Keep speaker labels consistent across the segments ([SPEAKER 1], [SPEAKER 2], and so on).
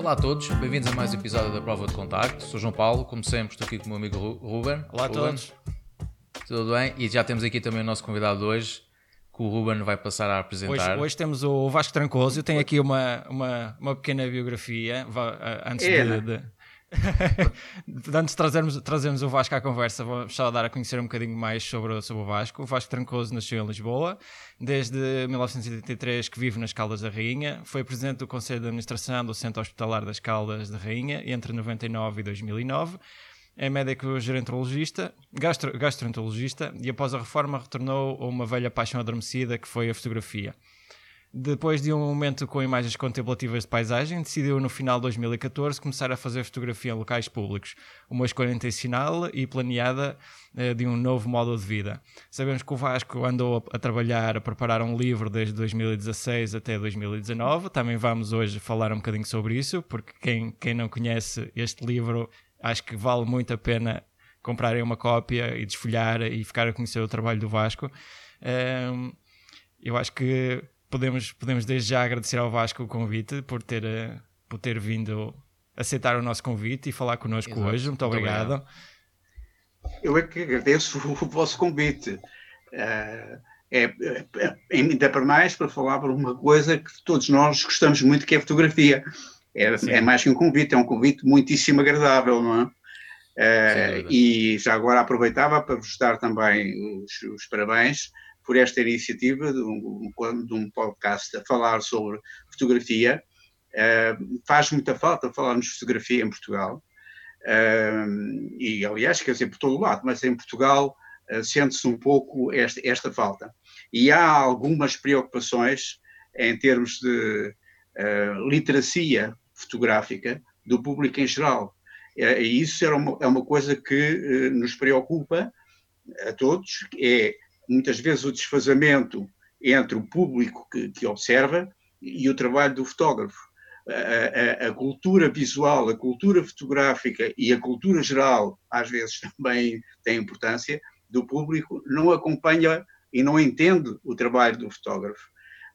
[SPEAKER 1] Olá a todos, bem-vindos a mais um episódio da Prova de Contacto. Sou João Paulo, como sempre estou aqui com o meu amigo Ruben.
[SPEAKER 2] Olá a todos.
[SPEAKER 1] Tudo bem? E já temos aqui também o nosso convidado de hoje, que o Ruben vai passar a apresentar.
[SPEAKER 2] Hoje temos o Vasco Trancoso. Eu tenho aqui uma pequena biografia. Antes antes de trazermos o Vasco à conversa, vou só dar a conhecer um bocadinho mais sobre o Vasco. O Vasco Trancoso nasceu em Lisboa, desde 1983 que vive nas Caldas da Rainha. Foi presidente do Conselho de Administração do Centro Hospitalar das Caldas da Rainha entre 99 e 2009. É médico gerontologista, gastroenterologista, e após a reforma retornou a uma velha paixão adormecida que foi a fotografia. Depois de um momento com imagens contemplativas de paisagem, decidiu no final de 2014 começar a fazer fotografia em locais públicos, uma escolha intencional e planeada de um novo modo de vida. Sabemos que o Vasco andou a trabalhar, a preparar um livro desde 2016 até 2019, também vamos hoje falar um bocadinho sobre isso, porque quem não conhece este livro, acho que vale muito a pena comprarem uma cópia e desfolhar e ficar a conhecer o trabalho do Vasco. Eu acho que podemos desde já agradecer ao Vasco o convite por ter vindo aceitar o nosso convite e falar connosco. Exato. Hoje. Muito obrigado.
[SPEAKER 3] Eu é que agradeço o vosso convite. Ainda para mais para falar por uma coisa que todos nós gostamos muito, que é a fotografia. É mais que um convite, é um convite muitíssimo agradável, não é? E já agora aproveitava para vos dar também os parabéns por esta iniciativa de um podcast a falar sobre fotografia. Faz muita falta falarmos de fotografia em Portugal. E, aliás, quer dizer, por todo o lado, mas em Portugal sente-se um pouco esta falta. E há algumas preocupações em termos de literacia fotográfica do público em geral. E isso é uma coisa que nos preocupa a todos, é muitas vezes o desfazamento entre o público que observa e o trabalho do fotógrafo. A cultura visual, a cultura fotográfica e a cultura geral, às vezes também tem importância, do público não acompanha e não entende o trabalho do fotógrafo.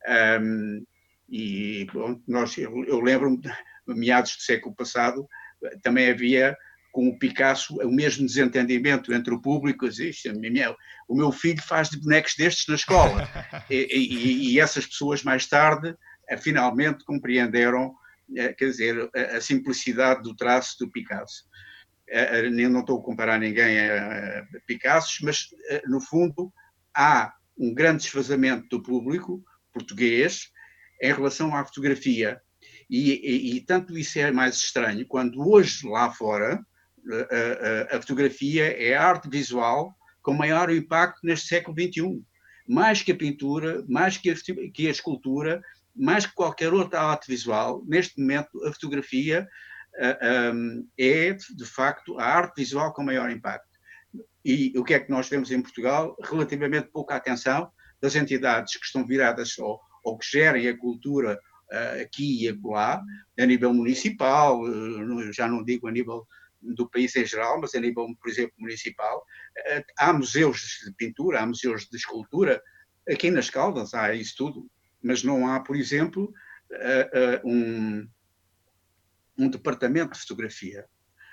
[SPEAKER 3] E bom, eu lembro-me, meados do século passado, também havia com o Picasso o mesmo desentendimento entre o público. O meu filho faz de bonecos destes na escola. E essas pessoas mais tarde finalmente compreenderam, quer dizer, a simplicidade do traço do Picasso. Não estou a comparar ninguém a Picasso, mas no fundo há um grande desfazamento do público português em relação à fotografia. E tanto isso é mais estranho quando hoje lá fora a fotografia é a arte visual com maior impacto neste século XXI. Mais que a pintura, mais que a escultura, mais que qualquer outra arte visual, neste momento a fotografia é, de facto, a arte visual com maior impacto. E o que é que nós vemos em Portugal? Relativamente pouca atenção das entidades que estão viradas ou que gerem a cultura aqui e acolá, a nível municipal, já não digo a nível do país em geral, mas a nível, por exemplo, municipal. Há museus de pintura, há museus de escultura, aqui nas Caldas há isso tudo, mas não há, por exemplo, um departamento de fotografia,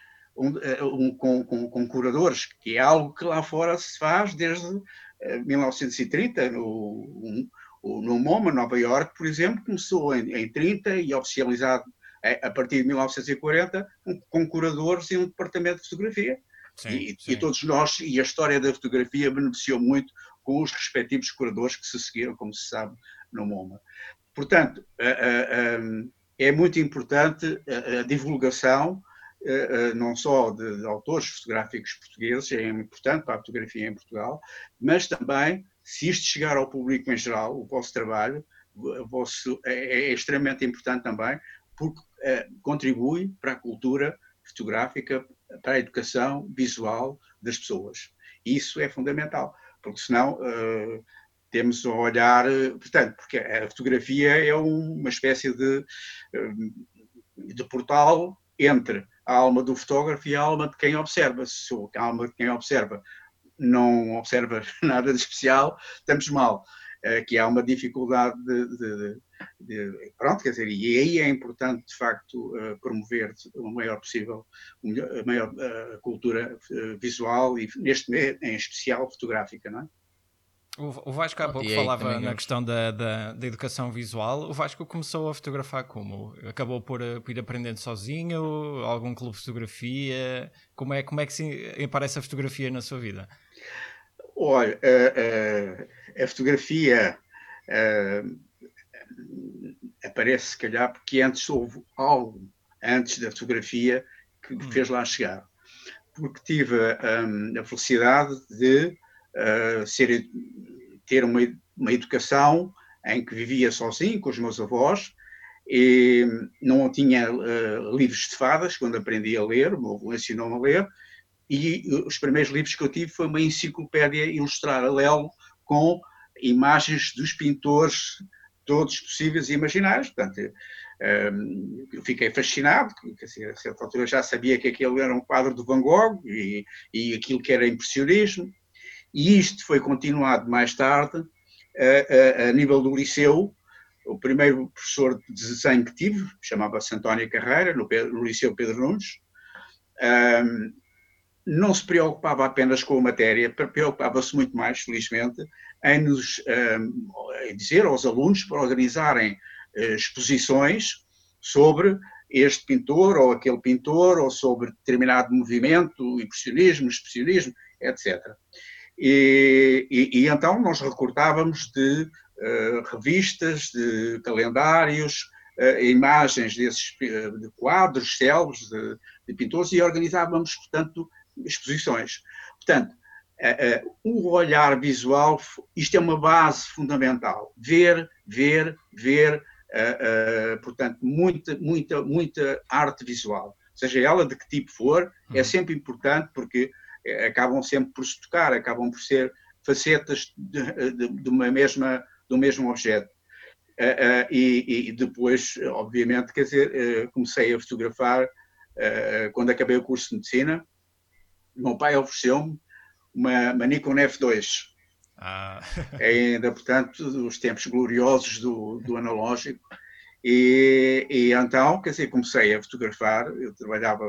[SPEAKER 3] com curadores, que é algo que lá fora se faz desde 1930, no MoMA, Nova Iorque, por exemplo, começou em 30 e oficializado a partir de 1940, com curadores e um departamento de fotografia. Sim. E todos nós, e a história da fotografia beneficiou muito com os respectivos curadores que se seguiram, como se sabe, no MoMA. Portanto, é muito importante a divulgação, não só de autores fotográficos portugueses, é importante para a fotografia em Portugal, mas também, se isto chegar ao público em geral, o vosso trabalho é extremamente importante também, porque contribui para a cultura fotográfica, para a educação visual das pessoas. Isso é fundamental, porque senão temos a olhar, portanto, porque a fotografia é uma espécie de portal entre a alma do fotógrafo e a alma de quem observa. Se a alma de quem observa não observa nada de especial, estamos mal. que há uma dificuldade pronto, quer dizer, e aí é importante, de facto, promover o maior possível, a maior cultura visual e, neste meio, em especial, fotográfica, não é?
[SPEAKER 2] O Vasco há pouco
[SPEAKER 1] E aí
[SPEAKER 2] falava
[SPEAKER 1] também
[SPEAKER 2] na
[SPEAKER 1] vamos.
[SPEAKER 2] questão da educação visual. O Vasco começou a fotografar como? Acabou por ir aprendendo sozinho? Algum clube de fotografia? Como é que se aparece a fotografia na sua vida?
[SPEAKER 3] Olha, a fotografia aparece, se calhar, porque antes houve algo antes da fotografia que me fez lá chegar. Porque tive a felicidade de ter uma educação em que vivia sozinho com os meus avós e não tinha livros de fadas quando aprendi a ler, o meu avô ensinou-me a ler, e os primeiros livros que eu tive foi uma enciclopédia ilustrada a Lelo com imagens dos pintores todos possíveis e imaginários. Portanto, eu fiquei fascinado, porque a certa altura já sabia que aquele era um quadro do Van Gogh e aquilo que era impressionismo, e isto foi continuado mais tarde a nível do liceu. O primeiro professor de desenho que tive chamava-se António Carreira, no Liceu Pedro Nunes. Não se preocupava apenas com a matéria, preocupava-se muito mais, felizmente, em nos dizer aos alunos para organizarem exposições sobre este pintor ou aquele pintor, ou sobre determinado movimento, impressionismo, expressionismo, etc. E então nós recortávamos de revistas, de calendários, imagens de quadros célebres de pintores e organizávamos, portanto, exposições. Portanto, o olhar visual, isto é uma base fundamental. Ver, portanto, muita arte visual. Seja ela de que tipo for, é sempre importante porque acabam sempre por se tocar, acabam por ser facetas de do mesmo objeto. E depois, obviamente, quer dizer, comecei a fotografar quando acabei o curso de medicina. O meu pai ofereceu-me uma Nikon F2. Ainda, portanto, os tempos gloriosos do analógico. E então, quer dizer, comecei a fotografar. Eu trabalhava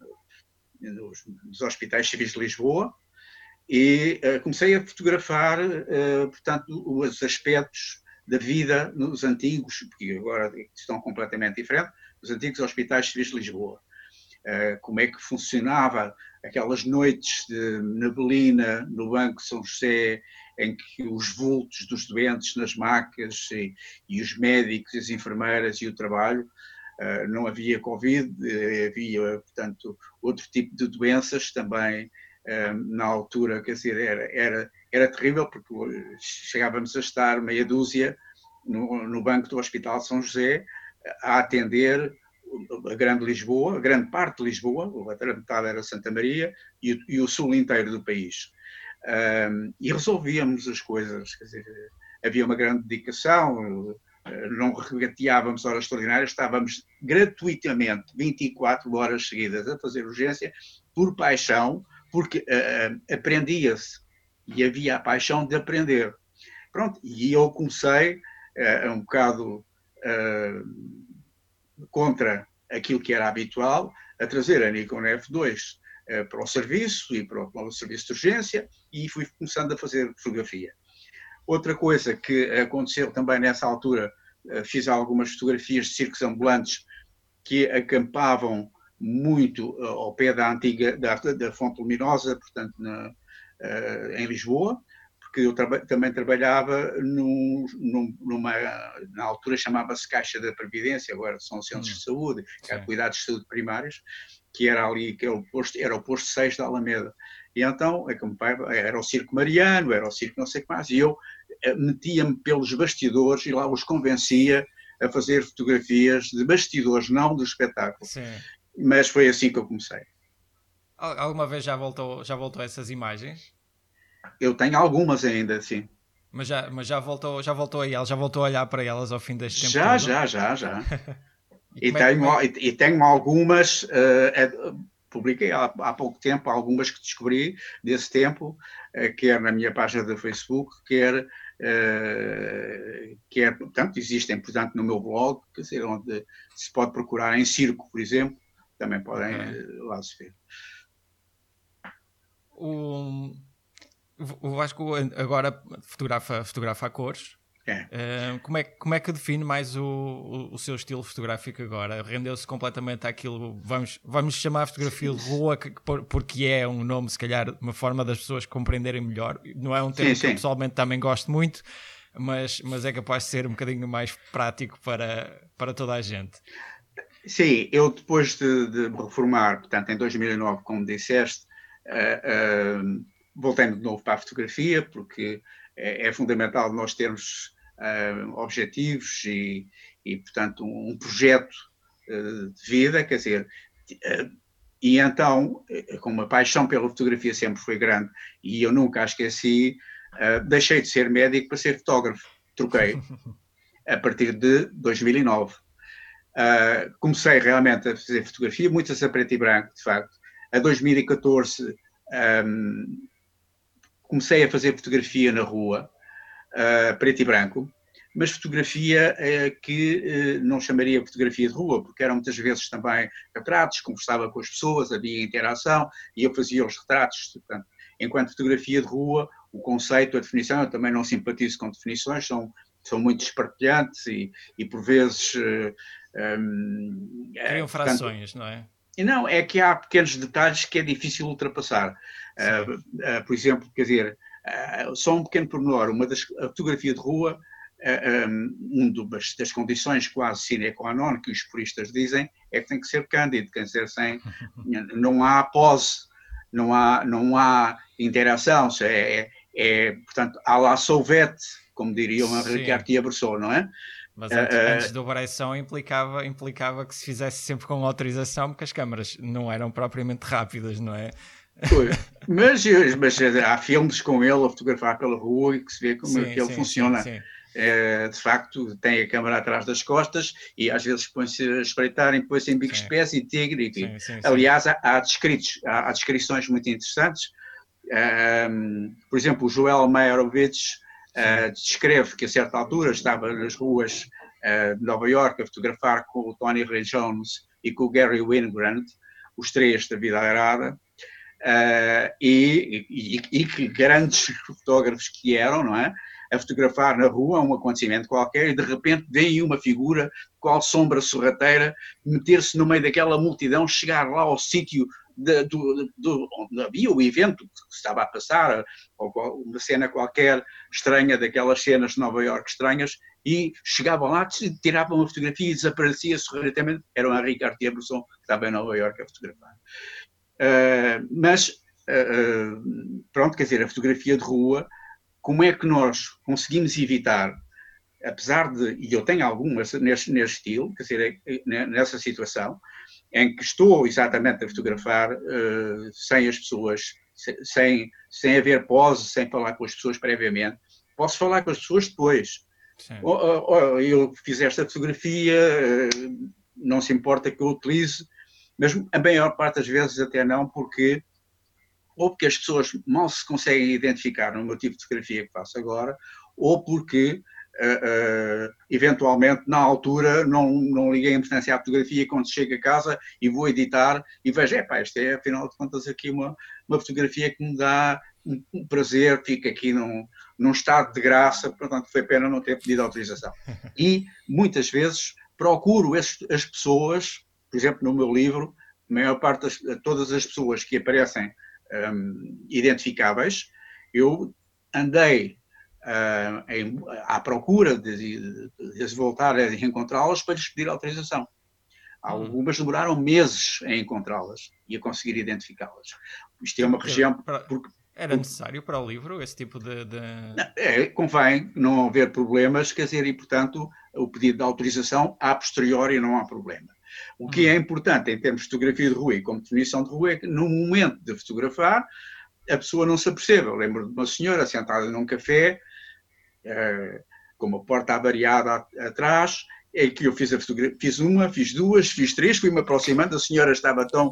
[SPEAKER 3] nos hospitais civis de Lisboa e comecei a fotografar, portanto, os aspectos da vida nos antigos, porque agora estão completamente diferentes, os antigos hospitais civis de Lisboa. Como é que funcionava aquelas noites de neblina no Banco de São José, em que os vultos dos doentes nas macas e os médicos, as enfermeiras e o trabalho, não havia Covid, havia, portanto, outro tipo de doenças também. Na altura, quer dizer, era terrível, porque chegávamos a estar meia dúzia no banco do Hospital São José a atender a grande Lisboa, a grande parte de Lisboa, a outra metade era Santa Maria e o sul inteiro do país. E resolvíamos as coisas, quer dizer, havia uma grande dedicação, não regateávamos horas extraordinárias, estávamos gratuitamente 24 horas seguidas a fazer urgência por paixão, porque aprendia-se e havia a paixão de aprender. Pronto, e eu comecei um bocado contra aquilo que era habitual, a trazer a Nikon F2 para o serviço e para o serviço de urgência, e fui começando a fazer fotografia. Outra coisa que aconteceu também nessa altura, fiz algumas fotografias de circos ambulantes que acampavam muito ao pé da antiga da Fonte Luminosa, portanto, em Lisboa, porque eu também trabalhava na altura chamava-se Caixa da Previdência, agora são centros de saúde, cuidados de saúde primários, que era ali, era o posto 6 da Alameda. E então, era o Circo Mariano, era o Circo não sei o que mais, e eu metia-me pelos bastidores e lá os convencia a fazer fotografias de bastidores, não do espetáculo.
[SPEAKER 2] Sim.
[SPEAKER 3] Mas foi assim que eu comecei.
[SPEAKER 2] Alguma vez já voltou a essas imagens?
[SPEAKER 3] Eu tenho algumas ainda, sim.
[SPEAKER 2] Mas já voltou a elas, já voltou a olhar para elas ao fim deste tempo
[SPEAKER 3] já,
[SPEAKER 2] todo?
[SPEAKER 3] Já. E tenho algumas, publiquei há pouco tempo algumas que descobri desse tempo, quer na minha página do Facebook, quer que é, portanto, existem, portanto, no meu blog, quer dizer, onde se pode procurar em circo, por exemplo, também podem lá se ver.
[SPEAKER 2] O Vasco agora fotografa a cores. Como é que define mais o seu estilo fotográfico agora? Rendeu-se completamente àquilo, vamos chamar a fotografia de rua, porque é um nome, se calhar, uma forma das pessoas compreenderem melhor. Não é um termo que eu pessoalmente também gosto muito, mas é capaz de ser um bocadinho mais prático para toda a gente.
[SPEAKER 3] Sim, eu depois de me reformar, portanto, em 2009, como disseste, voltei de novo para a fotografia, porque é fundamental nós termos objetivos e, portanto, um projeto de vida, quer dizer, e então, como a paixão pela fotografia sempre foi grande e eu nunca a esqueci, deixei de ser médico para ser fotógrafo, troquei, a partir de 2009. Comecei realmente a fazer fotografia, muitas a preto e branco, de facto. A 2014 comecei a fazer fotografia na rua, preto e branco, mas fotografia que não chamaria fotografia de rua, porque eram muitas vezes também retratos, conversava com as pessoas, havia interação e eu fazia os retratos. Portanto, enquanto fotografia de rua, o conceito, a definição, eu também não simpatizo com definições, são muito espartilhantes e por vezes...
[SPEAKER 2] criam frações, não é?
[SPEAKER 3] Não, é que há pequenos detalhes que é difícil ultrapassar. Por exemplo, quer dizer, só um pequeno pormenor, a fotografia de rua, das condições quase sine qua non que os puristas dizem, é que tem que ser cândido, quer dizer, não há pose, não há interação, portanto, à la Sauvette, como diria o Henri Cartier-Bresson, não é?
[SPEAKER 2] Mas antes da operação implicava que se fizesse sempre com autorização, porque as câmaras não eram propriamente rápidas, não é?
[SPEAKER 3] Mas há filmes com ele a fotografar pela rua e que se vê como é que ele funciona. Sim. De facto, tem a câmara atrás das costas e às vezes põe-se a espreitar e põe-se em bicos de pés e tigre. Aliás, há descrições muito interessantes. Por exemplo, o Joel Meyerowitz descreve que a certa altura estava nas ruas de Nova Iorque a fotografar com o Tony Ray Jones e com o Gary Winogrand, os três da vida airada, e que grandes fotógrafos que eram, não é? A fotografar na rua um acontecimento qualquer e de repente vem uma figura, qual sombra sorrateira, meter-se no meio daquela multidão, chegar lá ao sítio onde havia o evento que estava a passar, ou uma cena qualquer estranha, daquelas cenas de Nova Iorque estranhas, e chegavam lá, tiravam uma fotografia e desaparecia sorrateiramente. Era o Henri Cartier-Bresson que estava em Nova Iorque a fotografar. Pronto, quer dizer, a fotografia de rua, como é que nós conseguimos evitar, apesar de, e eu tenho algumas neste estilo, quer dizer, nessa situação, em que estou exatamente a fotografar sem as pessoas, sem haver pose, sem falar com as pessoas previamente. Posso falar com as pessoas depois. Eu fiz esta fotografia, não se importa que eu utilize, mas a maior parte das vezes até não, porque as pessoas mal se conseguem identificar no meu tipo de fotografia que faço agora, ou porque eventualmente na altura não liguei a importância à fotografia quando chego a casa e vou editar e vejo, esta é afinal de contas aqui uma fotografia que me dá um prazer, fica aqui num estado de graça, portanto foi pena não ter pedido autorização. E muitas vezes procuro as pessoas, por exemplo no meu livro, a maior parte todas as pessoas que aparecem identificáveis, eu andei à procura de voltar a encontrá-las para lhes pedir autorização. Algumas demoraram meses a encontrá-las e a conseguir identificá-las. Isto é uma região...
[SPEAKER 2] Era necessário para o livro esse tipo de...
[SPEAKER 3] Convém não haver problemas, quer dizer, e portanto o pedido de autorização a posteriori não há problema. O que é importante em termos de fotografia de rua e como definição de rua é que no momento de fotografar a pessoa não se apercebe. Eu lembro de uma senhora sentada num café com uma porta avariada atrás, em que eu fiz a fotografia, fiz uma, fiz duas, fiz três, fui-me aproximando, a senhora estava tão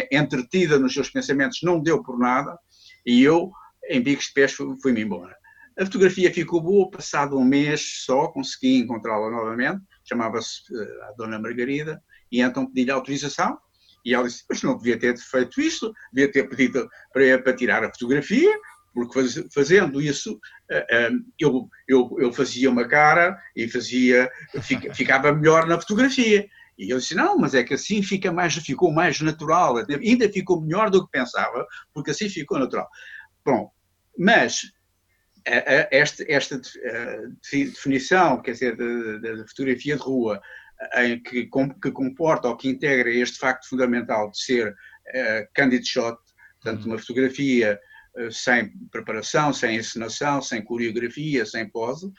[SPEAKER 3] entretida nos seus pensamentos, não deu por nada, e eu, em bicos de pés, fui-me embora. A fotografia ficou boa, passado um mês só, consegui encontrá-la novamente, chamava-se a Dona Margarida, e então pedi-lhe autorização, e ela disse, mas não devia ter feito isto, devia ter pedido para tirar a fotografia, porque fazendo isso, eu fazia uma cara e ficava melhor na fotografia. E eu disse, não, mas é que assim ficou mais natural, ainda ficou melhor do que pensava, porque assim ficou natural. Bom, mas esta definição, quer dizer, da fotografia de rua, que comporta ou que integra este facto fundamental de ser candid shot, portanto, uma fotografia sem preparação, sem encenação, sem coreografia, sem pose,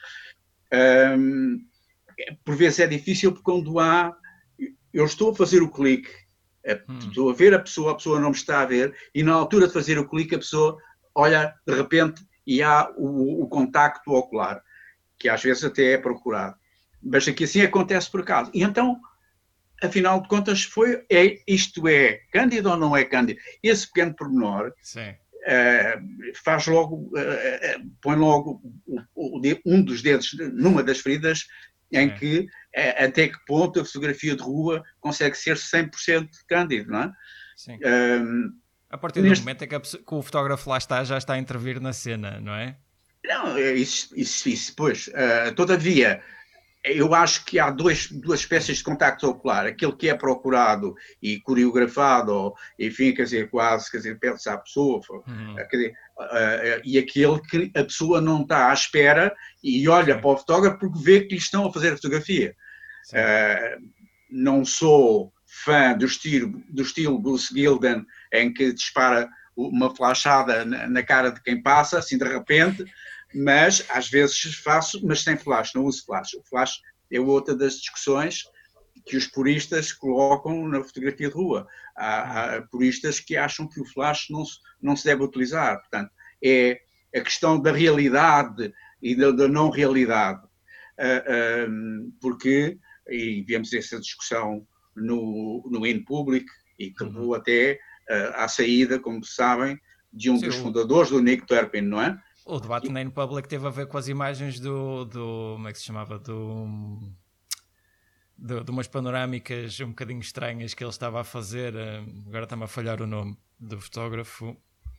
[SPEAKER 3] por vezes é difícil porque quando eu estou a fazer o clique, estou a ver a pessoa não me está a ver, e na altura de fazer o clique a pessoa olha de repente e há o contacto ocular, que às vezes até é procurado. Mas aqui assim acontece por acaso. E então, afinal de contas, isto é cândido ou não é cândido? Esse pequeno pormenor faz logo, põe logo um dos dedos numa das feridas em que até que ponto a fotografia de rua consegue ser 100% cândido, não é?
[SPEAKER 2] Sim. A partir do momento em que o fotógrafo lá está, já está a intervir na cena, não é?
[SPEAKER 3] Não, isso pois. Todavia, eu acho que há duas espécies de contacto ocular. Aquele que é procurado e coreografado, ou, enfim, quer dizer, quase, quer dizer, pede-se à pessoa, quer dizer, e aquele que a pessoa não está à espera e olha para o fotógrafo porque vê que lhe estão a fazer a fotografia. Não sou fã do estilo Bruce Gilden, em que dispara uma flashada na cara de quem passa, assim de repente, mas às vezes faço, mas sem flash, não uso flash. O flash é outra das discussões que os puristas colocam na fotografia de rua. Há puristas que acham que o flash não se deve utilizar. Portanto, é a questão da realidade e da não realidade. Porque, e vemos essa discussão no InPublic, e que levou até à saída, como sabem, de um dos fundadores, do Nick Turpin, não é?
[SPEAKER 2] O debate na InPublic teve a ver com as imagens do como é que se chamava? De umas panorâmicas um bocadinho estranhas que ele estava a fazer. Agora está-me a falhar o nome do fotógrafo.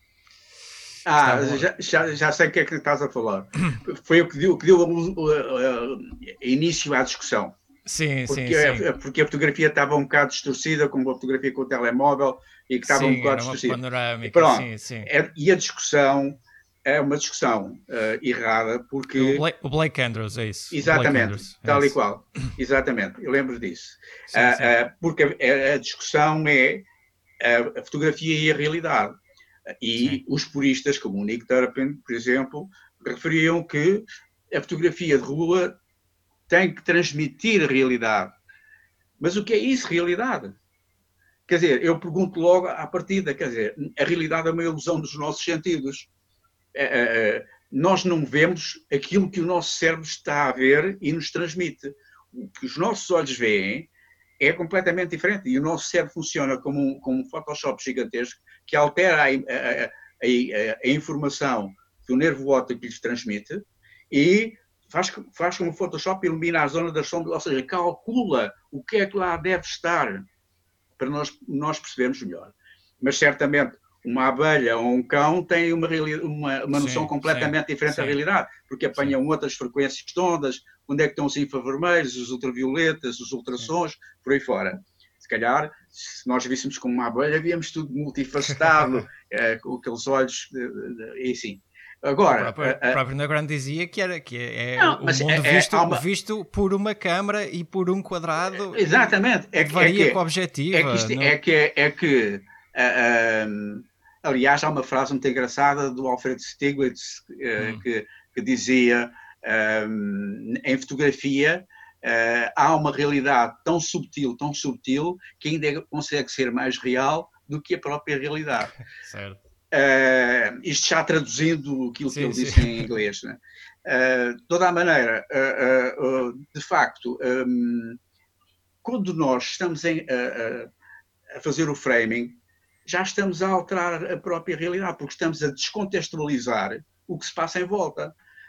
[SPEAKER 3] Já sei o que é que estás a falar. Foi o que deu início à discussão.
[SPEAKER 2] Sim.
[SPEAKER 3] Porque a fotografia estava um bocado distorcida, como a fotografia com o telemóvel, e que estava um bocado distorcida.
[SPEAKER 2] Panorâmica,
[SPEAKER 3] pronto, e a discussão é uma discussão errada, porque...
[SPEAKER 2] O Blake Andrews, é isso.
[SPEAKER 3] Exatamente,
[SPEAKER 2] Andrews,
[SPEAKER 3] tal e qual. Exatamente, eu lembro disso.
[SPEAKER 2] Sim.
[SPEAKER 3] Porque a discussão é a fotografia e a realidade. E os puristas, como o Nick Turpin, por exemplo, referiam que a fotografia de rua tem que transmitir a realidade. Mas o que é isso, realidade? Quer dizer, eu pergunto logo à partida, quer dizer, a realidade é uma ilusão dos nossos sentidos. Nós não vemos aquilo que o nosso cérebro está a ver e nos transmite. O que os nossos olhos veem é completamente diferente. E o nosso cérebro funciona como um Photoshop gigantesco que altera a informação que o nervo óptico lhes transmite e faz como o Photoshop ilumina a zona das sombras, ou seja, calcula o que é que lá deve estar para nós percebermos melhor. Mas certamente uma abelha ou um cão têm uma noção completamente diferente da realidade, porque apanham outras frequências de ondas, onde é que estão os infravermelhos, os ultravioletas, os ultrassons, por aí fora. Se calhar, se nós víssemos como uma abelha, víamos tudo multifacetado, com aqueles olhos, e assim. Agora,
[SPEAKER 2] o próprio Negrand dizia que o mundo visto por uma câmara e por um quadrado.
[SPEAKER 3] Exatamente.
[SPEAKER 2] Varia com o objetivo.
[SPEAKER 3] Aliás, há uma frase muito engraçada do Alfred Stieglitz que dizia em fotografia há uma realidade tão subtil, que ainda consegue ser mais real do que a própria realidade.
[SPEAKER 2] Certo.
[SPEAKER 3] Isto já traduzindo aquilo que ele disse em inglês. Né? De toda a maneira, de facto, quando nós estamos a fazer o framing, já estamos a alterar a própria realidade, porque estamos a descontextualizar o que se passa em volta.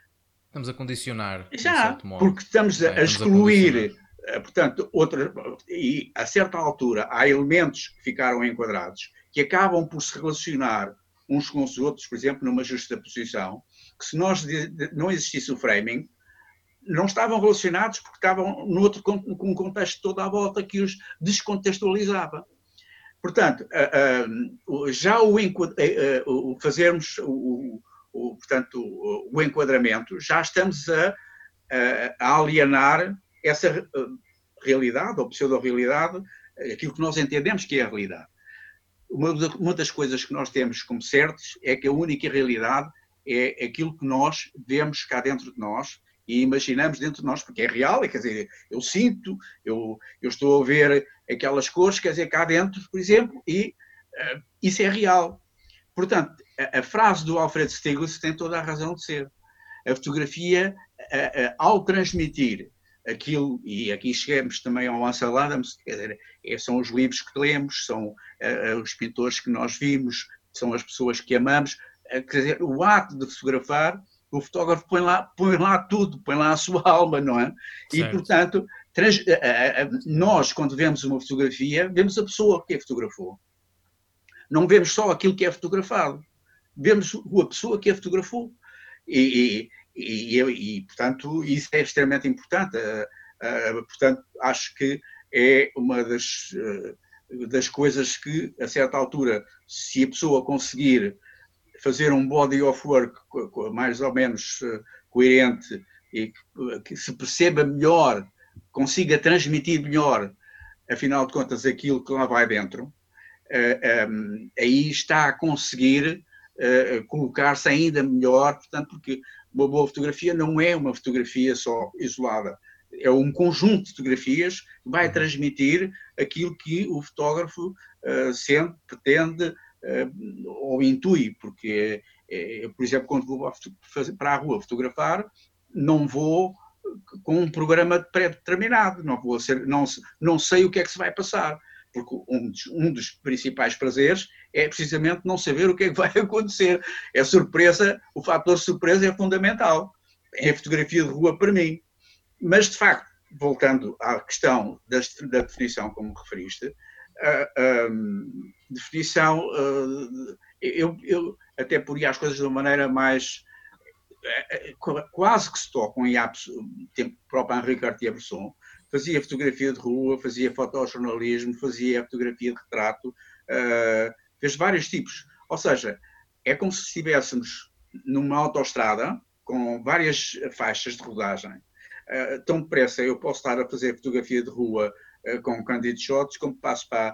[SPEAKER 1] Estamos a condicionar, de
[SPEAKER 3] Já,
[SPEAKER 1] certo modo.
[SPEAKER 3] porque estamos a excluir, portanto, e a certa altura há elementos que ficaram enquadrados que acabam por se relacionar uns com os outros, por exemplo, numa justa posição, que se não existisse o framing, não estavam relacionados porque estavam com um contexto todo à volta que os descontextualizava. Portanto, já fazermos portanto, o enquadramento, já estamos a alienar essa realidade ou pseudo-realidade, aquilo que nós entendemos que é a realidade. Uma das coisas que nós temos como certas é que a única realidade é aquilo que nós vemos cá dentro de nós e imaginamos dentro de nós, porque é real, quer dizer, eu sinto, eu estou a ver aquelas cores, quer dizer, cá dentro, por exemplo, e isso é real. Portanto, a frase do Alfred Stieglitz tem toda a razão de ser. A fotografia, ao transmitir aquilo, e aqui chegamos também ao Ansel Adams, quer dizer, são os livros que lemos, são os pintores que nós vimos, são as pessoas que amamos, quer dizer, o ato de fotografar, o fotógrafo põe lá tudo, põe lá a sua alma, não é? Certo. E, portanto, nós, quando vemos uma fotografia, vemos a pessoa que a fotografou. Não vemos só aquilo que é fotografado, vemos a pessoa que a fotografou. E, portanto, isso é extremamente importante. Portanto, acho que é uma das coisas que, a certa altura, se a pessoa conseguir fazer um body of work mais ou menos coerente e que se perceba melhor, consiga transmitir melhor, afinal de contas, aquilo que lá vai dentro, aí está a conseguir colocar-se ainda melhor, portanto, porque uma boa fotografia não é uma fotografia só isolada, é um conjunto de fotografias que vai transmitir aquilo que o fotógrafo sente, pretende ou intui, porque, por exemplo, quando vou para a rua fotografar, não vou com um programa pré-determinado, não sei o que é que se vai passar, porque um dos principais prazeres é precisamente não saber o que é que vai acontecer. É surpresa, o fator surpresa é fundamental. É a fotografia de rua para mim. Mas, de facto, voltando à questão da definição como referiste, a definição, eu até poria as coisas de uma maneira mais, quase que se tocam em tempo próprio Henri Cartier-Bresson, fazia fotografia de rua, fazia fotojornalismo, fazia fotografia de retrato, fez vários tipos. Ou seja, é como se estivéssemos numa autoestrada com várias faixas de rodagem. Tão depressa eu posso estar a fazer fotografia de rua com candid shots, como passo para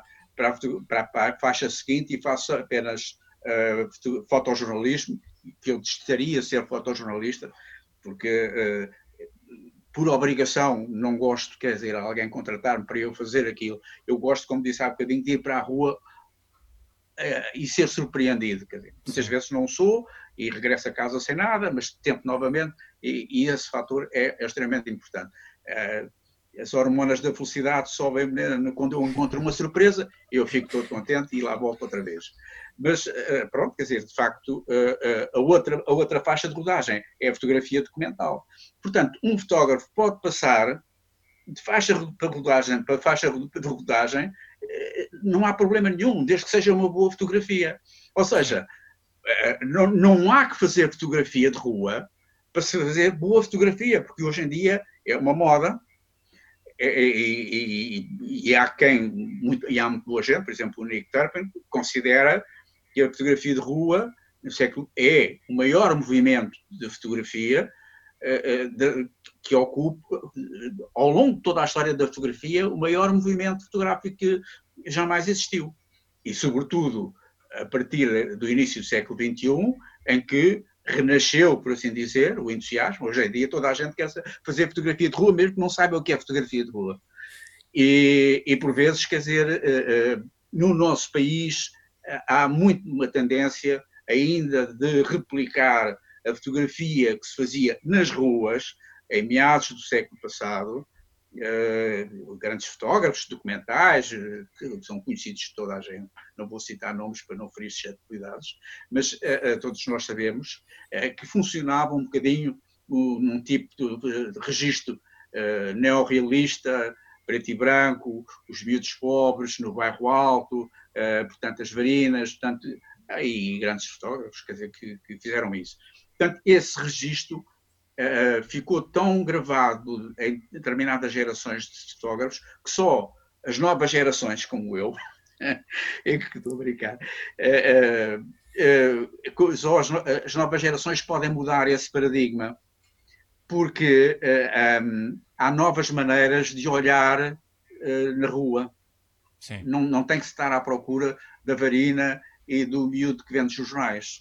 [SPEAKER 3] a faixa seguinte e faço apenas fotojornalismo, que eu gostaria de ser fotojornalista, porque por obrigação não gosto, quer dizer, alguém contratar-me para eu fazer aquilo. Eu gosto, como disse há bocadinho, de ir para a rua e ser surpreendido. Quer dizer, muitas vezes não sou e regresso a casa sem nada, mas tento novamente e esse fator é extremamente importante. As hormonas da felicidade sobem quando eu encontro uma surpresa, eu fico todo contente e lá volto outra vez. Mas, pronto, quer dizer, de facto, a outra faixa de rodagem é a fotografia documental. Portanto, um fotógrafo pode passar de faixa de rodagem para faixa de rodagem, não há problema nenhum, desde que seja uma boa fotografia. Ou seja, não há que fazer fotografia de rua para se fazer boa fotografia, porque hoje em dia é uma moda, e há muito boa gente, por exemplo, o Nick Turpin, considera que a fotografia de rua no século é o maior movimento de fotografia que ocupa, ao longo de toda a história da fotografia, o maior movimento fotográfico que jamais existiu. E, sobretudo, a partir do início do século XXI, em que renasceu, por assim dizer, o entusiasmo. Hoje em dia toda a gente quer fazer fotografia de rua, mesmo que não saiba o que é fotografia de rua. E por vezes, quer dizer, no nosso país há muito uma tendência ainda de replicar a fotografia que se fazia nas ruas, em meados do século passado, grandes fotógrafos documentais, que são conhecidos de toda a gente, não vou citar nomes para não ferir suscetibilidades, mas todos nós sabemos que funcionava um bocadinho num tipo de registro neorrealista, preto e branco, os miúdos pobres no bairro alto, portanto, as varinas, portanto, e grandes fotógrafos, quer dizer, que fizeram isso. Portanto, esse registro ficou tão gravado em determinadas gerações de fotógrafos que só as novas gerações, como eu, é que estou a brincar, só as novas gerações podem mudar esse paradigma, porque há novas maneiras de olhar na rua.
[SPEAKER 2] Sim.
[SPEAKER 3] Não tem que estar à procura da varina e do miúdo que vende os jornais.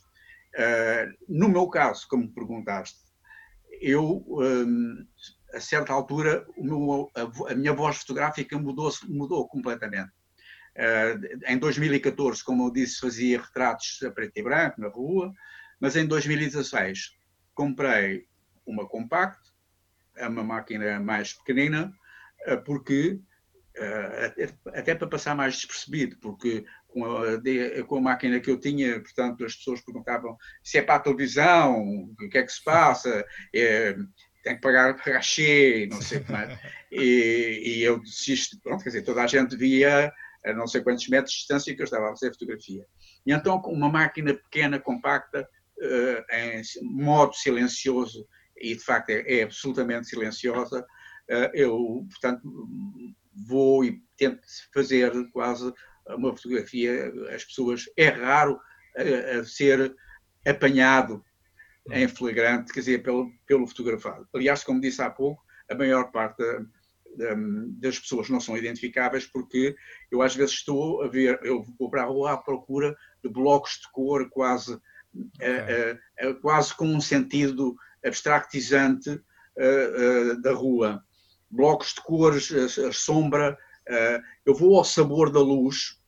[SPEAKER 3] No meu caso, como perguntaste, eu, a certa altura, a minha voz fotográfica mudou completamente. Em 2014, como eu disse, fazia retratos a preto e branco na rua, mas em 2016 comprei uma compact, uma máquina mais pequenina, porque até para passar mais despercebido, porque com a máquina que eu tinha, portanto, as pessoas perguntavam se é para a televisão, o que é que se passa, tem que pagar cachê, não sei como é. E eu desisto, pronto, quer dizer, toda a gente via a não sei quantos metros de distância que eu estava a fazer fotografia. E então, com uma máquina pequena, compacta, em modo silencioso, e de facto é absolutamente silenciosa, eu, portanto, vou e tento fazer quase uma fotografia. As pessoas, é raro ser apanhado em flagrante, quer dizer, pelo fotografado. Aliás, como disse há pouco, a maior parte das pessoas não são identificáveis, porque eu às vezes estou a ver, eu vou para a rua à procura de blocos de cor quase, quase com um sentido abstractizante da rua. Blocos de cores, a sombra, eu vou ao sabor da luz,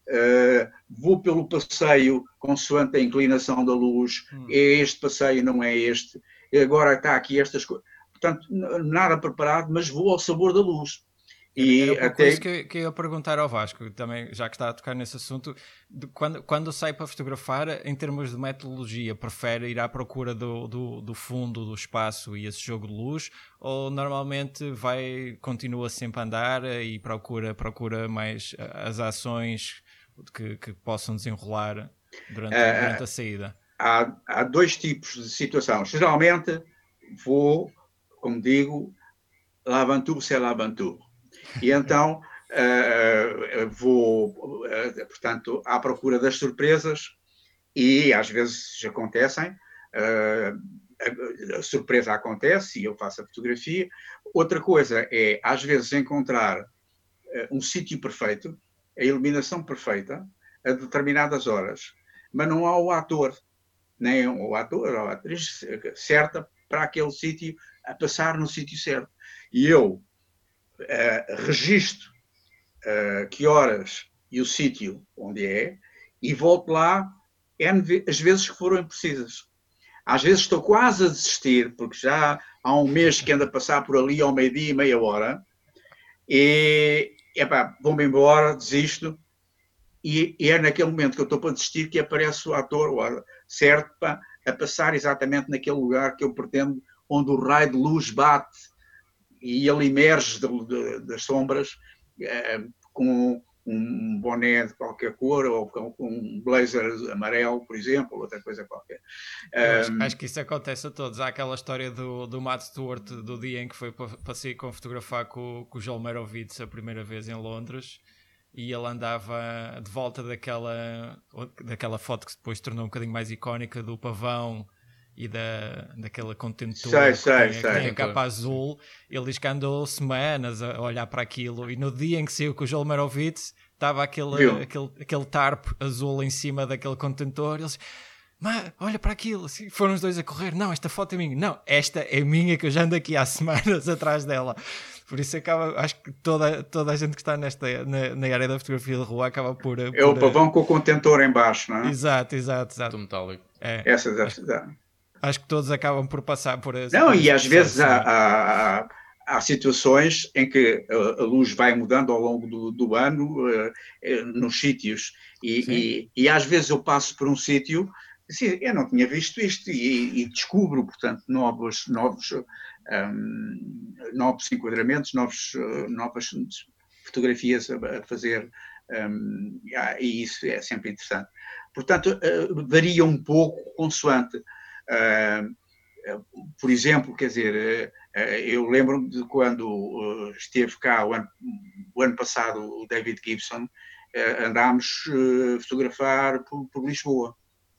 [SPEAKER 3] vou pelo passeio consoante a inclinação da luz, é este passeio, não é este, agora está aqui estas coisas. Portanto, nada preparado, mas vou ao sabor da luz.
[SPEAKER 2] Era até isso que eu ia perguntar ao Vasco, também, já que está a tocar nesse assunto, quando sai para fotografar, em termos de metodologia, prefere ir à procura do fundo, do espaço e esse jogo de luz, ou normalmente continua sempre a andar e procura mais as ações que possam desenrolar durante a saída?
[SPEAKER 3] Há dois tipos de situação. Geralmente vou, como digo, l'aventure, c'est l'aventure. E então vou, portanto, à procura das surpresas, e às vezes acontecem, a surpresa acontece e eu faço a fotografia. Outra coisa é, às vezes, encontrar um sítio perfeito, a iluminação perfeita, a determinadas horas, mas não há o ator, nem o ator ou a atriz certa para aquele sítio, a passar no sítio certo. E eu registro que horas e o sítio onde é e volto lá as vezes que forem precisas. Às vezes estou quase a desistir, porque já há um mês que ando a passar por ali ao meio-dia e meia hora, e vou-me embora, desisto, e é naquele momento que eu estou para desistir que aparece o ator certo a passar exatamente naquele lugar que eu pretendo, onde o raio de luz bate e ele emerge das sombras com um boné de qualquer cor ou com um blazer amarelo, por exemplo, outra coisa qualquer.
[SPEAKER 2] Acho que isso acontece a todos. Há aquela história do Matt Stewart, do dia em que foi para sair com fotografar com o Joel Merovitz a primeira vez em Londres, e ele andava de volta daquela foto que depois se tornou um bocadinho mais icónica, do pavão e daquela contentor que tem a capa azul. Ele diz que andou semanas a olhar para aquilo, e no dia em que saiu com o Joel Merovitz estava aquele tarp azul em cima daquele contentor. Ele disse: olha para aquilo, foram os dois a correr, não, esta foto é minha, não, esta é minha, que eu já ando aqui há semanas atrás dela. Por isso acho que toda a gente que está na área da fotografia de rua acaba por...
[SPEAKER 3] É o pavão com o contentor em baixo, não é?
[SPEAKER 2] Exato.
[SPEAKER 1] Do metálico.
[SPEAKER 2] Acho que todos acabam por passar por esse...
[SPEAKER 3] Não, e às vezes há situações em que a luz vai mudando ao longo do ano nos sítios, e às vezes eu passo por um sítio Sim, eu não tinha visto isto e descubro, portanto, novos enquadramentos, novas fotografias a fazer, e isso é sempre interessante. Portanto, varia um pouco consoante. Por exemplo, quer dizer, eu lembro-me de quando esteve cá o ano passado o David Gibson, andámos a fotografar por Lisboa.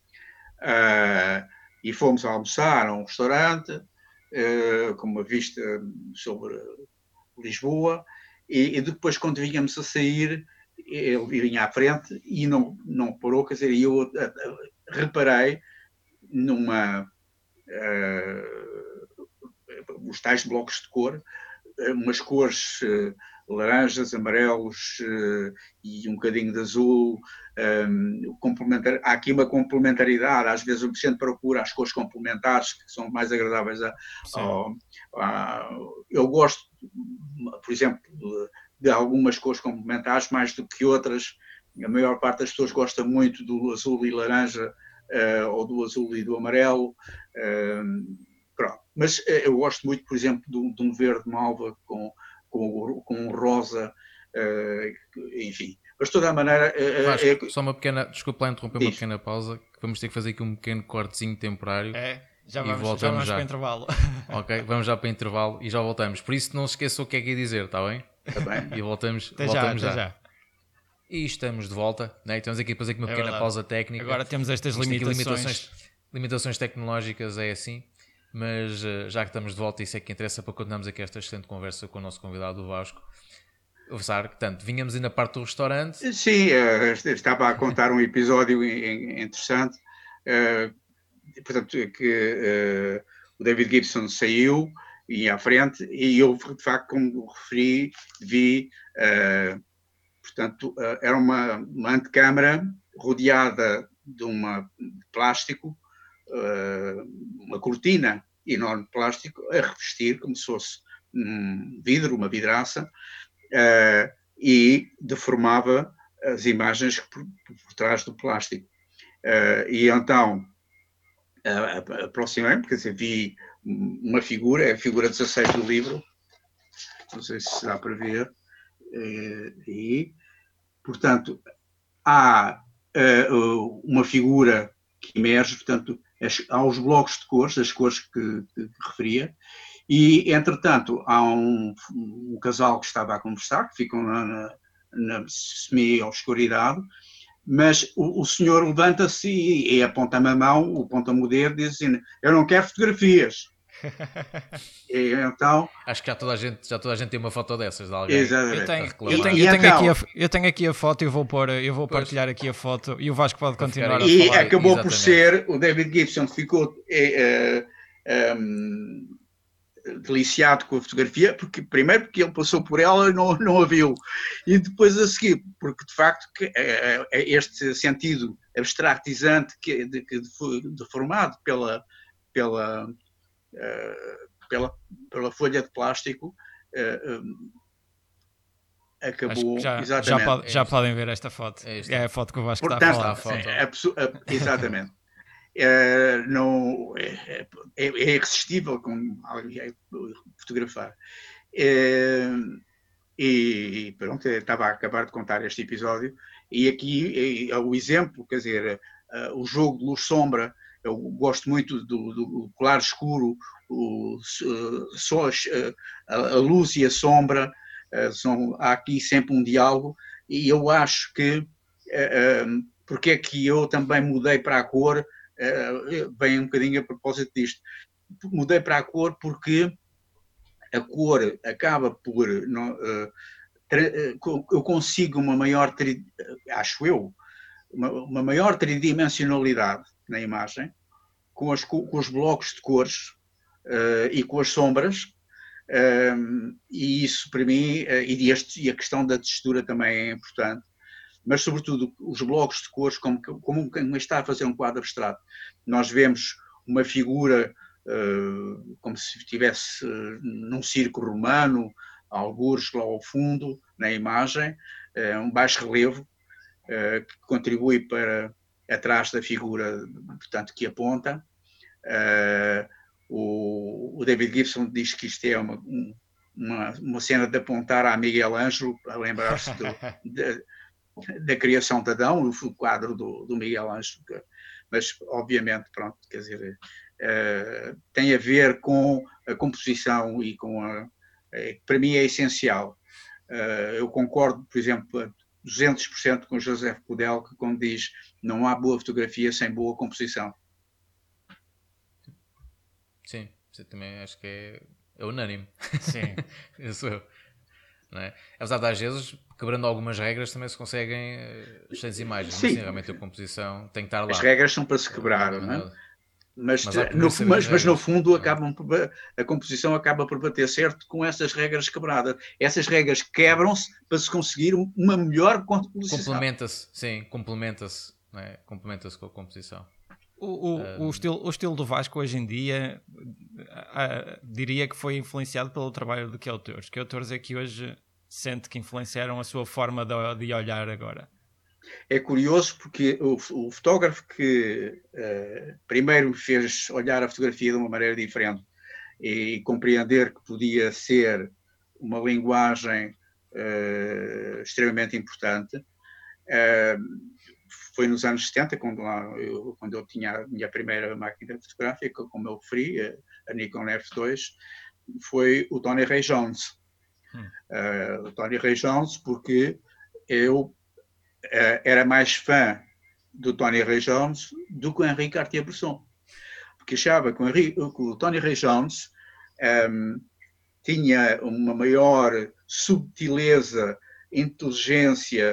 [SPEAKER 3] E fomos almoçar a um restaurante com uma vista sobre Lisboa, e depois, quando vínhamos a sair, ele vinha à frente e não parou, quer dizer, eu reparei os tais blocos de cor, umas cores laranjas, amarelos e um bocadinho de azul. Há aqui uma complementaridade, às vezes o Vicente procura as cores complementares que são mais agradáveis eu gosto, por exemplo, de algumas cores complementares mais do que outras. A maior parte das pessoas gosta muito do azul e laranja, ou do azul e do amarelo. Pronto. Mas eu gosto muito, por exemplo, de um verde malva com um rosa, enfim. Mas de toda a maneira...
[SPEAKER 1] Vasco, só uma pequena... Desculpa lá interromper, uma pequena pausa, que vamos ter que fazer aqui um pequeno cortezinho temporário.
[SPEAKER 2] Já vamos para o intervalo.
[SPEAKER 1] Ok, vamos já para o intervalo e já voltamos. Por isso não se esqueça o que é que ia dizer, está bem?
[SPEAKER 3] Está bem.
[SPEAKER 1] E voltamos
[SPEAKER 2] já.
[SPEAKER 1] E estamos de volta, né? Estamos aqui a fazer uma pequena pausa técnica.
[SPEAKER 2] Agora temos estas
[SPEAKER 1] limitações tecnológicas, é assim. Mas já que estamos de volta, isso é que interessa para continuarmos aqui esta excelente conversa com o nosso convidado, o Vasco. Portanto, vínhamos aí na parte do restaurante.
[SPEAKER 3] Sim, estava a contar um episódio interessante. Portanto, que o David Gibson saiu e ia à frente, e eu, de facto, como referi, vi, portanto, era uma antecâmara rodeada de plástico, uma cortina enorme de plástico a revestir como se fosse um vidro, uma vidraça, e deformava as imagens por trás do plástico. E então aproximei-me, quer dizer, vi uma figura, é a figura 16 do livro, não sei se dá para ver, e, portanto, há uma figura que emerge, portanto, há os blocos de cores, as cores que referia, e, entretanto, há um casal que estava a conversar, que ficam na semi-obscuridade, mas o senhor levanta-se e aponta-me a mão, aponta-me o dedo, diz assim: eu não quero fotografias. E, então,
[SPEAKER 1] acho que já toda a gente tem uma foto dessas de alguém.
[SPEAKER 2] Eu tenho aqui a foto e eu vou partilhar aqui a foto e o Vasco pode continuar a falar.
[SPEAKER 3] E acabou por ser, o David Gibson ficou deliciado com a fotografia, primeiro porque ele passou por ela e não a viu, e depois a seguir, porque de facto este sentido abstractizante deformado pela folha de plástico, acabou exatamente.
[SPEAKER 2] Já podem ver esta foto. É a foto que o Vasco está a falar.
[SPEAKER 3] Exatamente. É irresistível como alguém fotografar. E pronto, estava a acabar de contar este episódio, e aqui é o exemplo, quer dizer, o jogo de luz-sombra. Eu gosto muito do claro escuro, a luz e a sombra, há aqui sempre um diálogo, e eu acho que porque é que eu também mudei para a cor, bem um bocadinho a propósito disto. Mudei para a cor porque a cor acaba por... eu consigo uma maior, acho eu, uma maior tridimensionalidade na imagem, com os blocos de cores e com as sombras, e isso para mim, e a questão da textura também é importante, mas sobretudo os blocos de cores, como quem está a fazer um quadro abstrato. Nós vemos uma figura como se estivesse num circo romano, algures lá ao fundo, na imagem, um baixo relevo, que contribui para atrás da figura, portanto, que aponta. O David Gibson diz que isto é uma cena de apontar a Miguel Ângelo, para lembrar-se da criação de Adão, o quadro do Miguel Ângelo. Mas, obviamente, pronto, quer dizer, tem a ver com a composição e para mim é essencial. Eu concordo, por exemplo, a 200% com José Pudel, que quando diz não há boa fotografia sem boa composição.
[SPEAKER 1] Sim, você também acho que é unânime.
[SPEAKER 2] Sim.
[SPEAKER 1] Eu sou eu. Não é? Apesar de às vezes, quebrando algumas regras, também se conseguem excelentes imagens.
[SPEAKER 3] Sim.
[SPEAKER 1] Mas sim, realmente a composição tem que estar lá.
[SPEAKER 3] As regras são para se quebrar, não é? Mas no fundo a composição acaba por bater certo com essas regras quebradas. Essas regras quebram-se para se conseguir uma melhor composição.
[SPEAKER 1] Complementa-se, não é? Complementa-se com a composição.
[SPEAKER 2] O estilo do Vasco hoje em dia diria que foi influenciado pelo trabalho de que autores? Que autores é que hoje sente que influenciaram a sua forma de olhar agora?
[SPEAKER 3] É curioso porque o fotógrafo que primeiro fez olhar a fotografia de uma maneira diferente e compreender que podia ser uma linguagem extremamente importante, foi nos anos 70, quando eu tinha a minha primeira máquina fotográfica, como eu referi, a Nikon F2, foi o Tony Ray Jones. O Tony Ray Jones, porque eu era mais fã do Tony Ray Jones do que o Henri Cartier-Bresson. Porque achava que o Tony Ray Jones tinha uma maior subtileza, inteligência,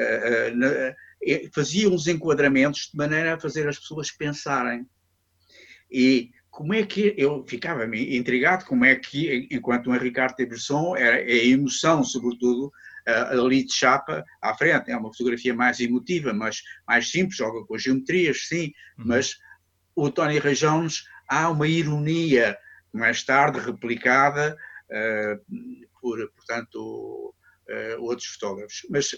[SPEAKER 3] fazia uns enquadramentos de maneira a fazer as pessoas pensarem. E como é que eu ficava intrigado, como é que, enquanto o Henri Cartier-Bresson era a emoção, sobretudo, ali de chapa à frente, é uma fotografia mais emotiva, mas mais simples, joga com geometrias, sim, mas o Tony Ray Jones há uma ironia, mais tarde replicada por, portanto, outros fotógrafos. Mas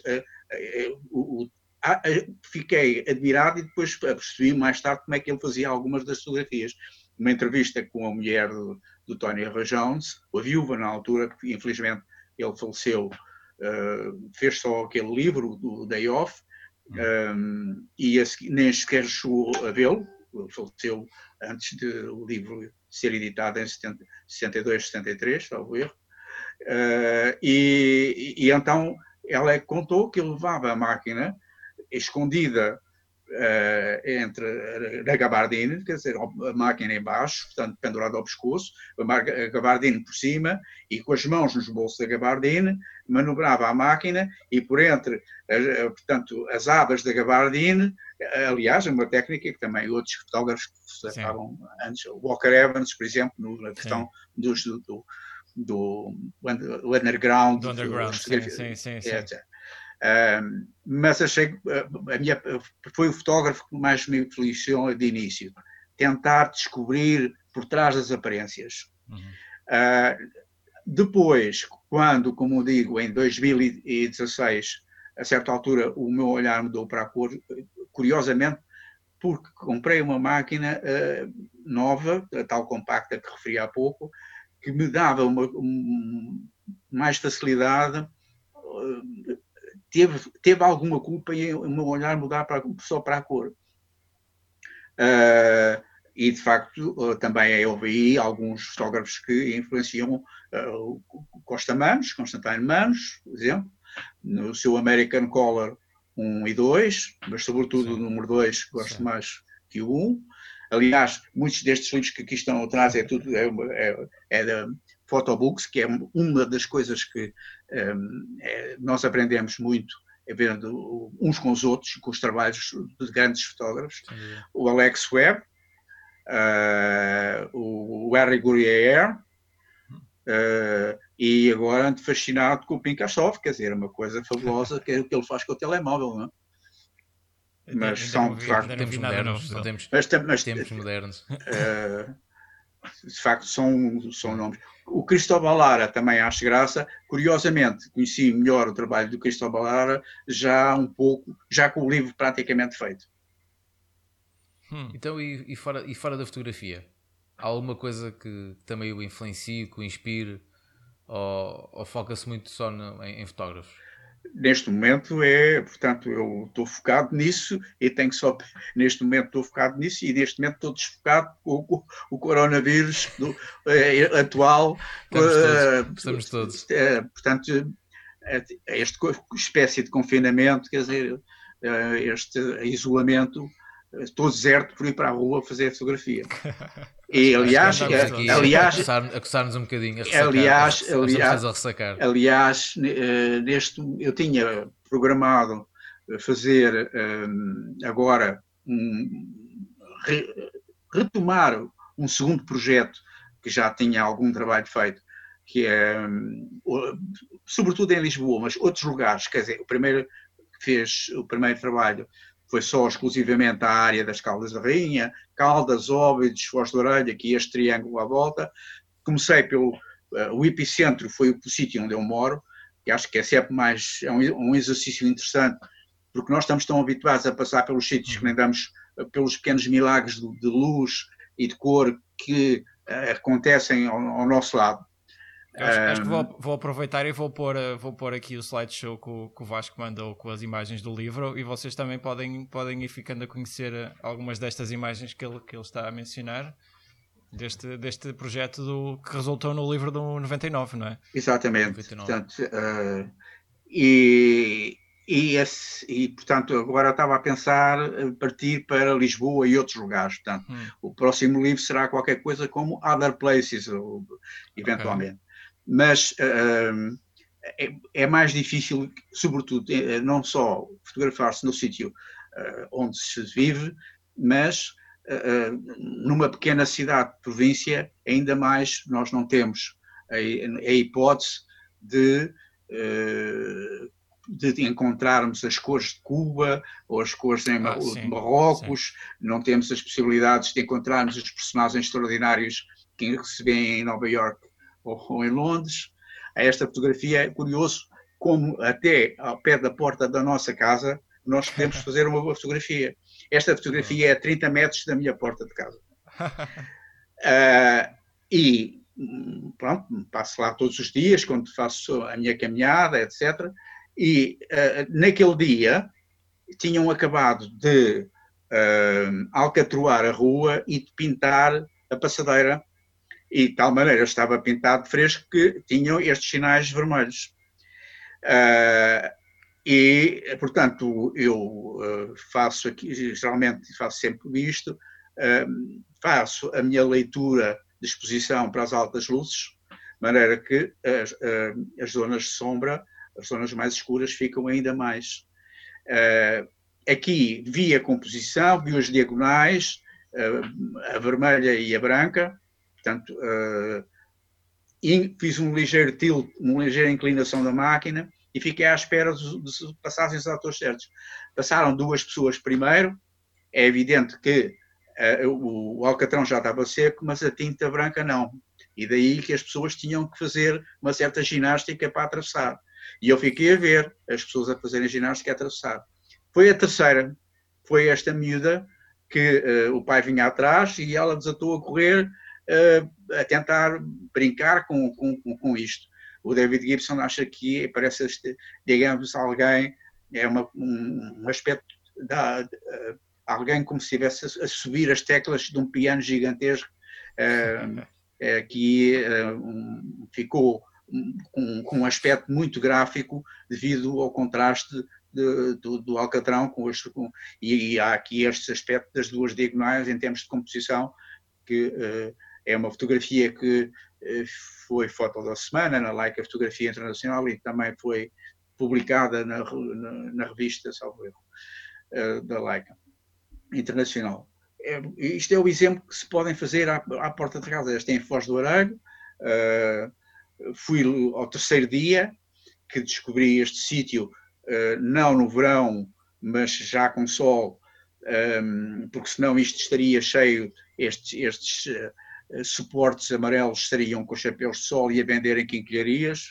[SPEAKER 3] fiquei admirado e depois percebi mais tarde como é que ele fazia algumas das fotografias. Uma entrevista com a mulher do Tony Ray Jones, a viúva na altura, que infelizmente ele faleceu, fez só aquele livro do Day Off, e nem sequer chegou a vê-lo, faleceu antes do livro ser editado em 62, 73, salvo erro. E então ela contou que ele levava a máquina escondida na gabardine, quer dizer, a máquina em baixo, portanto, pendurada ao pescoço, a gabardine por cima, e com as mãos nos bolsos da gabardine, manobrava a máquina e por entre, portanto, as abas da gabardine, aliás, é uma técnica que também outros fotógrafos que estavam antes, o Walker Evans, por exemplo, na questão do underground.
[SPEAKER 2] Do underground, sim.
[SPEAKER 3] Etc. Mas achei que foi o fotógrafo que mais me influenciou de início. Tentar descobrir por trás das aparências. Depois, quando, como digo, em 2016, a certa altura, o meu olhar mudou para a cor, curiosamente, porque comprei uma máquina nova, a tal compacta que referi há pouco, que me dava mais facilidade. Teve alguma culpa em o meu olhar mudar só para a cor. E, de facto, também houve aí alguns fotógrafos que influenciam o Constantine Manos, por exemplo, no seu American Color 1 e 2, mas sobretudo o número 2 gosto mais que o 1. Aliás, muitos destes livros que aqui estão atrás é da Photobooks, que é uma das coisas que nós aprendemos muito vendo uns com os outros, com os trabalhos de grandes fotógrafos. O Alex Webb, o Harry Gurrier, e agora ando fascinado com o Pinkashov, quer dizer, uma coisa fabulosa que é o que ele faz com o telemóvel, não é? Mas são, de facto,
[SPEAKER 1] tempos modernos. Tempos modernos.
[SPEAKER 3] De facto, são nomes. O Cristóbal Lara também acho graça. Curiosamente, conheci melhor o trabalho do Cristóbal Lara já com o livro praticamente feito.
[SPEAKER 1] Então, e fora da fotografia? Há alguma coisa que também o influencie, que o inspire? Ou foca-se muito só em fotógrafos?
[SPEAKER 3] Neste momento portanto, eu estou focado nisso e tenho só, neste momento estou focado nisso e neste momento estou desfocado com o coronavírus atual.
[SPEAKER 1] Estamos todos.
[SPEAKER 3] Portanto, esta espécie de confinamento, quer dizer, este isolamento, estou deserto por ir para a rua fazer fotografia. E aliás,
[SPEAKER 1] a coçar-nos um bocadinho, a ressacar.
[SPEAKER 3] Aliás, eu tinha programado fazer agora retomar um segundo projeto que já tinha algum trabalho feito, que é sobretudo em Lisboa, mas outros lugares. Quer dizer, o primeiro trabalho foi só exclusivamente a área das Caldas da Rainha, Caldas, Óbidos, Foz de Orelha, aqui este triângulo à volta. Comecei pelo... o epicentro foi o sítio onde eu moro, que acho que é sempre mais... É um exercício interessante, porque nós estamos tão habituados a passar pelos sítios que nem damos pelos pequenos milagres de luz e de cor que acontecem ao nosso lado.
[SPEAKER 2] Acho que vou aproveitar e vou pôr aqui o slideshow que o Vasco mandou com as imagens do livro, e vocês também podem ir ficando a conhecer algumas destas imagens que ele está a mencionar, deste projeto que resultou no livro do 99, não é?
[SPEAKER 3] Exatamente. 99. Portanto, portanto, agora estava a pensar partir para Lisboa e outros lugares. Portanto, o próximo livro será qualquer coisa como Other Places, eventualmente. Okay. Mas é mais difícil, sobretudo, não só fotografar-se no sítio onde se vive, mas numa pequena cidade de província, ainda mais nós não temos a hipótese de encontrarmos as cores de Cuba ou as cores de Marrocos, sim. Não temos as possibilidades de encontrarmos os personagens extraordinários que se vêem em Nova Iorque ou em Londres. Esta fotografia é curioso como até ao pé da porta da nossa casa nós podemos fazer uma boa fotografia. Esta fotografia é a 30 metros da minha porta de casa. E pronto, passo lá todos os dias quando faço a minha caminhada, etc. E naquele dia tinham acabado de alcatroar a rua e de pintar a passadeira. E de tal maneira estava pintado de fresco que tinham estes sinais vermelhos. E, portanto, eu faço aqui, geralmente faço sempre isto, faço a minha leitura de exposição para as altas luzes, de maneira que as zonas de sombra, as zonas mais escuras, ficam ainda mais. Aqui vi a composição, vi as diagonais, a vermelha e a branca. Portanto, fiz um ligeiro tilt, uma ligeira inclinação da máquina e fiquei à espera de passarem os atores certos. Passaram duas pessoas primeiro, é evidente que o alcatrão já estava seco, mas a tinta branca não. E daí que as pessoas tinham que fazer uma certa ginástica para atravessar. E eu fiquei a ver as pessoas a fazerem ginástica a atravessar. Foi a terceira, foi esta miúda que o pai vinha atrás e ela desatou a correr, a tentar brincar com isto. O David Gibson acha que parece, digamos, alguém, é um aspecto de alguém como se estivesse a subir as teclas de um piano gigantesco, que ficou com um aspecto muito gráfico devido ao contraste do alcatrão e há aqui este aspecto das duas diagonais em termos de composição, que é uma fotografia que foi foto da semana na Leica Fotografia Internacional e também foi publicada na revista, salvo erro, da Leica Internacional. Isto é o exemplo que se podem fazer à porta de casa. Este é em Foz do Arelho. Fui ao terceiro dia que descobri este sítio, não no verão, mas já com sol, porque senão isto estaria cheio, estes suportes amarelos estariam com chapéus de sol e a vender em quinquilharias.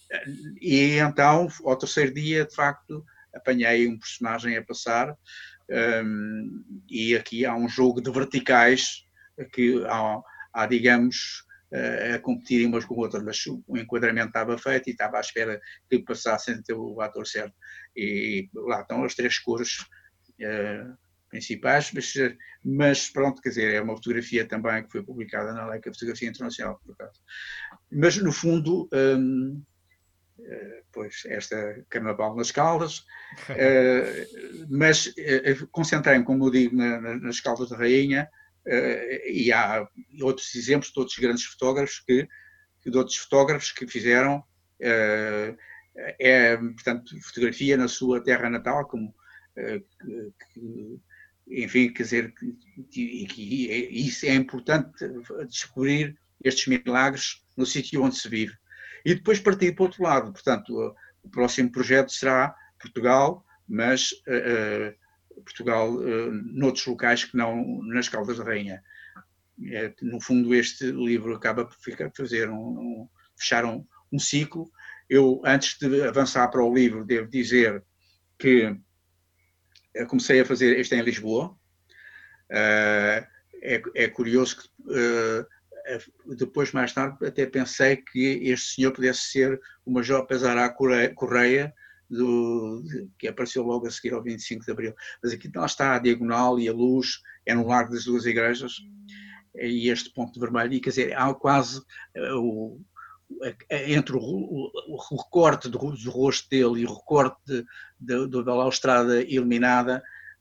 [SPEAKER 3] E então, ao terceiro dia, de facto, apanhei um personagem a passar, e aqui há um jogo de verticais que há digamos, a competirem umas com outras, mas o enquadramento estava feito e estava à espera que passassem a ter o ator certo. E lá estão as 3 cores principais, mas pronto, quer dizer, é uma fotografia também que foi publicada na Leica Fotografia Internacional, por acaso. Mas, no fundo, pois, esta Carnaval nas Caldas, mas concentrei-me, como eu digo, nas Caldas da Rainha, e há outros exemplos de outros grandes fotógrafos de outros fotógrafos que fizeram portanto, fotografia na sua terra natal, como enfim, quer dizer, isso é importante, descobrir estes milagres no sítio onde se vive. E depois partir para o outro lado. Portanto, o próximo projeto será Portugal, mas Portugal noutros locais que não nas Caldas da Rainha. No fundo, este livro acaba por fechar um ciclo. Eu, antes de avançar para o livro, devo dizer que eu comecei a fazer este em Lisboa. É curioso que depois, mais tarde, até pensei que este senhor pudesse ser o Major Pesará Correia, que apareceu logo a seguir ao 25 de Abril. Mas aqui lá está a diagonal e a luz, é no Largo das Duas Igrejas, e este ponto vermelho, e quer dizer, há quase entre o recorte do rosto dele e o recorte da balaustrada iluminada,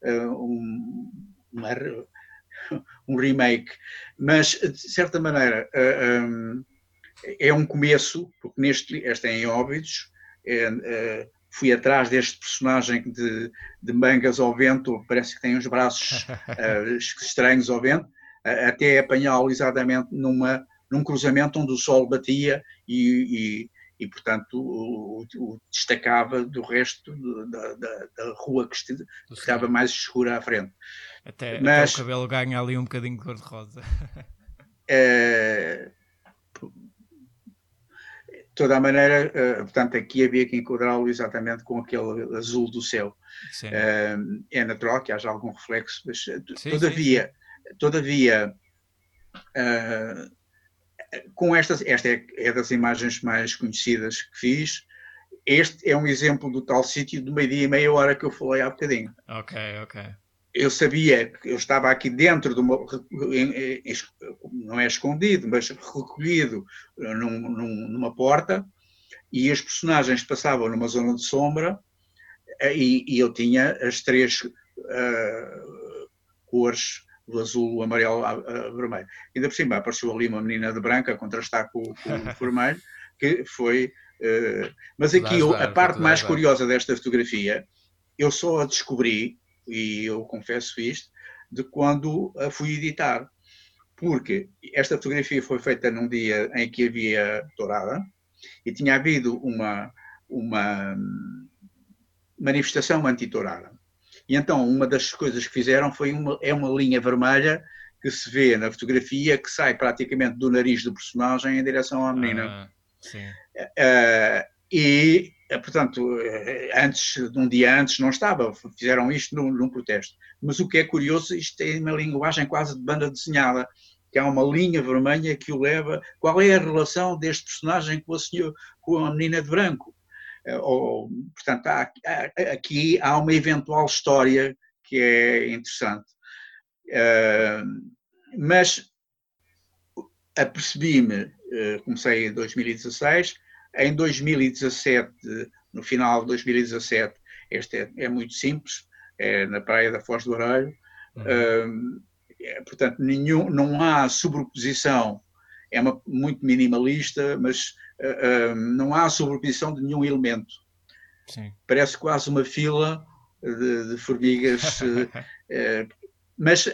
[SPEAKER 3] um remake, mas de certa maneira é um começo, porque este é em Óbidos, fui atrás deste personagem de mangas ao vento, parece que tem uns braços estranhos ao vento, até apanhá-lo exatamente num cruzamento onde o sol batia e portanto, o destacava do resto da rua que estava mais escura à frente.
[SPEAKER 2] Até o cabelo ganha ali um bocadinho de cor-de-rosa.
[SPEAKER 3] De toda a maneira, portanto, aqui havia que enquadrá-lo exatamente com aquele azul do céu. É natural que haja algum reflexo, mas todavia com esta é das imagens mais conhecidas que fiz. Este é um exemplo do tal sítio de meio-dia e meia hora que eu falei há bocadinho.
[SPEAKER 2] Ok.
[SPEAKER 3] Eu sabia que eu estava aqui dentro de não é escondido, mas recolhido numa porta, e os personagens passavam numa zona de sombra, e eu tinha as 3 cores do azul, o amarelo, o vermelho. Ainda por cima apareceu ali uma menina de branco a contrastar com o vermelho, que foi... mas aqui a parte mais curiosa desta fotografia, eu só a descobri, e eu confesso isto, de quando a fui editar. Porque esta fotografia foi feita num dia em que havia tourada, e tinha havido uma manifestação anti-tourada. E então, uma das coisas que fizeram foi uma linha vermelha que se vê na fotografia, que sai praticamente do nariz do personagem em direção à menina. E, portanto, um dia antes não estava, fizeram isto num protesto. Mas o que é curioso, isto tem uma linguagem quase de banda desenhada, que há uma linha vermelha que o leva. Qual é a relação deste personagem com a menina de branco? Portanto, aqui há uma eventual história que é interessante. Mas apercebi-me, comecei em 2016, em 2017, no final de 2017, este é muito simples, é na praia da Foz do Areio, portanto, não há sobreposição, é muito minimalista, mas não há sobreposição de nenhum elemento.
[SPEAKER 2] Sim.
[SPEAKER 3] Parece quase uma fila de formigas, mas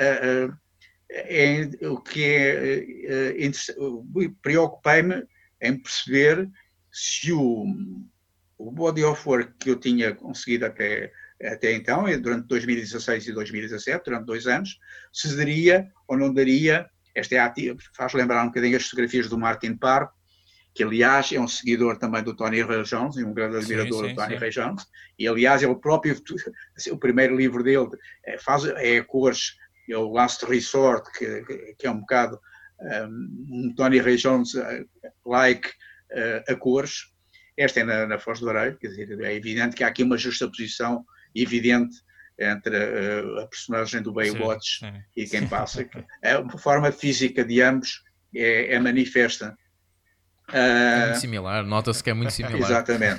[SPEAKER 3] o que é preocupei-me em perceber se o body of work que eu tinha conseguido até então, durante 2016 e 2017, durante 2 anos, se daria ou não daria. Esta faz lembrar um bocadinho as fotografias do Martin Parr, que aliás é um seguidor também do Tony Ray Jones, e um grande admirador do Tony Ray Jones, e aliás ele próprio, o primeiro livro dele é a cores, é o Last Resort, que é um bocado um Tony Ray Jones like a cores. Esta é na Foz do Areia, quer dizer, é evidente que há aqui uma justaposição evidente entre a personagem do Baywatch e quem passa. A forma física de ambos é manifesta.
[SPEAKER 1] É muito similar, nota-se que é muito similar.
[SPEAKER 3] Exatamente.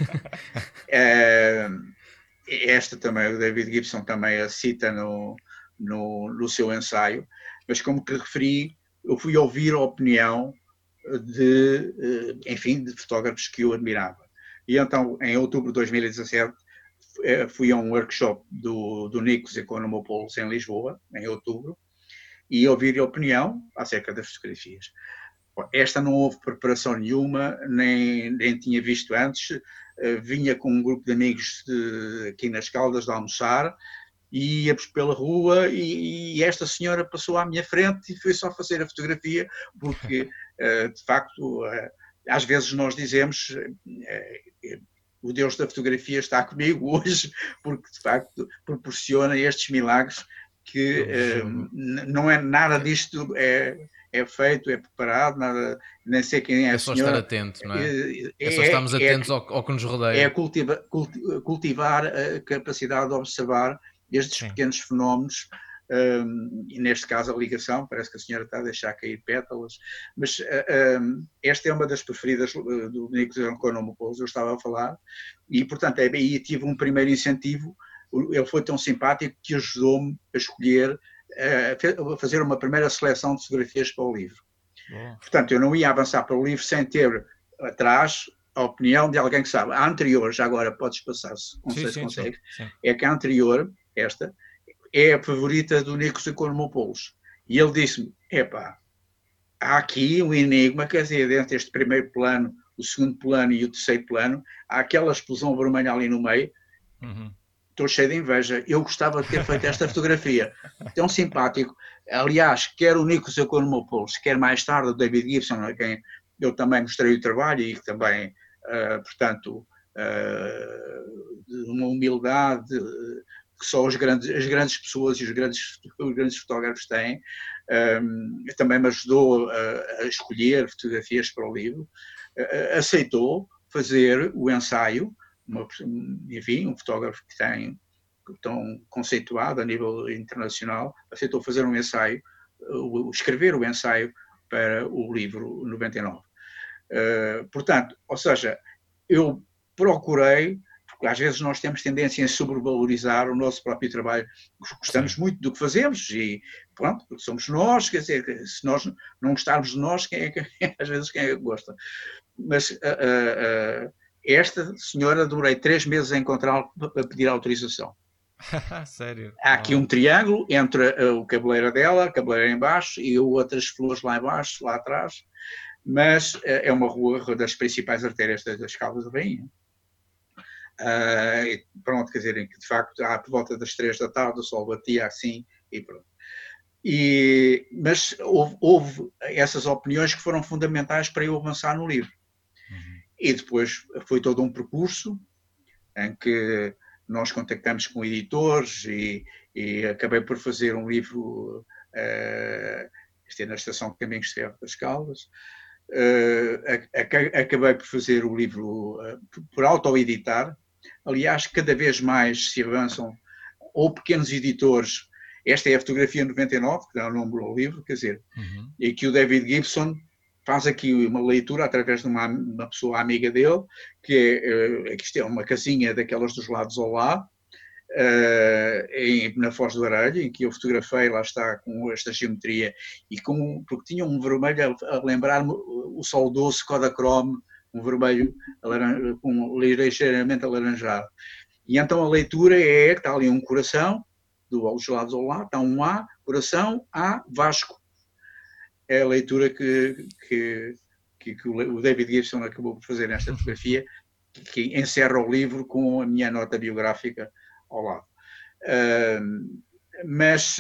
[SPEAKER 3] Esta também, o David Gibson também a cita no seu ensaio, mas como que referi, eu fui ouvir a opinião de fotógrafos que eu admirava. E então, em outubro de 2017, fui a um workshop do Nikos Economopoulos em Lisboa, em outubro, e ouvi a opinião acerca das fotografias. Esta não houve preparação nenhuma, nem tinha visto antes. Vinha com um grupo de amigos aqui nas Caldas de almoçar, e íamos pela rua e esta senhora passou à minha frente e foi só fazer a fotografia, porque, de facto, às vezes nós dizemos o Deus da fotografia está comigo hoje, porque, de facto, proporciona estes milagres que não é nada disto é feito, é preparado, nada, nem sei quem é a senhora.
[SPEAKER 1] É só estar atento, não é? É só estarmos atentos ao que nos rodeia.
[SPEAKER 3] É cultivar a capacidade de observar estes pequenos fenómenos, e neste caso a ligação, parece que a senhora está a deixar cair pétalas, mas esta é uma das preferidas do Nikos Economopoulos, eu estava a falar, e portanto aí tive um primeiro incentivo. Ele foi tão simpático que ajudou-me a escolher, a fazer uma primeira seleção de fotografias para o livro. Portanto, eu não ia avançar para o livro sem ter atrás a opinião de alguém que sabe. A anterior, já agora podes passar, não sei se consegues, é que a anterior, esta, é a favorita do Nikos Economopoulos. E ele disse-me, há aqui um enigma, quer dizer, dentro deste primeiro plano, o segundo plano e o terceiro plano, há aquela explosão vermelha ali no meio. Estou cheio de inveja. Eu gostava de ter feito esta fotografia. Tão simpático. Aliás, quer o Nikos Economopoulos, quer mais tarde o David Gibson, a quem eu também mostrei o trabalho e que também, portanto, uma humildade que só as grandes pessoas e os grandes fotógrafos têm. Também me ajudou a escolher fotografias para o livro. Aceitou fazer o ensaio, um fotógrafo que tem tão conceituado a nível internacional, aceitou fazer um ensaio, escrever o ensaio para o livro 99. Portanto, ou seja, eu procurei, porque às vezes nós temos tendência a sobrevalorizar o nosso próprio trabalho, gostamos muito do que fazemos e pronto, porque somos nós, quer dizer, se nós não gostarmos de nós, às vezes quem é que gosta? Mas esta senhora, demorei 3 meses a encontrá-la para pedir autorização.
[SPEAKER 2] Sério?
[SPEAKER 3] Há aqui um triângulo entre o cabeleira dela, a cabeleira em baixo e outras flores lá em baixo, lá atrás, mas é uma rua das principais artérias das Caldas da Rainha. Pronto, quer dizer, que de facto, por volta das 3 da tarde, o sol batia assim e pronto. Mas houve essas opiniões que foram fundamentais para eu avançar no livro. E depois foi todo um percurso em que nós contactamos com editores e acabei por fazer um livro, na Estação de Caminhos de Ferro das Caldas. Acabei por fazer o livro por auto-editar. Aliás, cada vez mais se avançam, ou pequenos editores. Esta é a fotografia 99, que dá o nome ao livro, quer dizer, e que o David Gibson faz aqui uma leitura através de uma pessoa amiga dele, que isto é uma casinha daquelas dos lados ao lado, na Foz do Areia, em que eu fotografei, lá está, com esta geometria, e porque tinha um vermelho a lembrar-me o saudoso Kodachrome, um vermelho ligeiramente alaranjado. E então a leitura está ali um coração, dos lados ao lado, está um A, coração, A, Vasco. É a leitura que o David Gibson acabou por fazer nesta fotografia, que encerra o livro com a minha nota biográfica ao lado. Mas,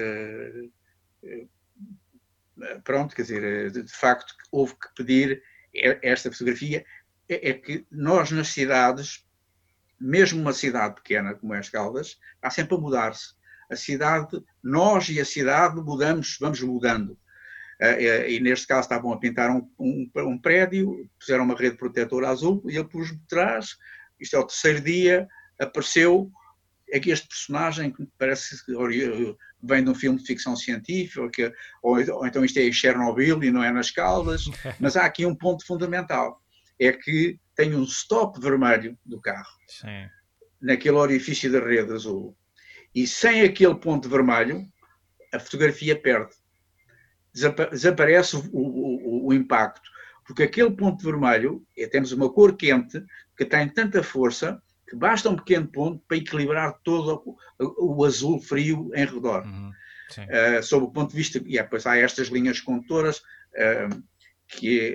[SPEAKER 3] pronto, quer dizer, de facto, houve que pedir esta fotografia, é que nós nas cidades, mesmo uma cidade pequena como é as Caldas, está sempre a mudar-se. A cidade, nós e a cidade mudamos, vamos mudando. E neste caso estavam a pintar um prédio, puseram uma rede protetora azul e ele pôs de trás, isto é o terceiro dia, apareceu aqui este personagem que parece que vem de um filme de ficção científica, ou então isto é em Chernobyl e não é nas Caldas, mas há aqui um ponto fundamental, é que tem um stop vermelho do carro,
[SPEAKER 2] Sim.
[SPEAKER 3] naquele orifício da rede azul. E sem aquele ponto vermelho, a fotografia perde. Desaparece o impacto. Porque aquele ponto vermelho, temos uma cor quente que tem tanta força que basta um pequeno ponto para equilibrar todo o azul frio em redor. Sob o ponto de vista, e depois há estas linhas condutoras que,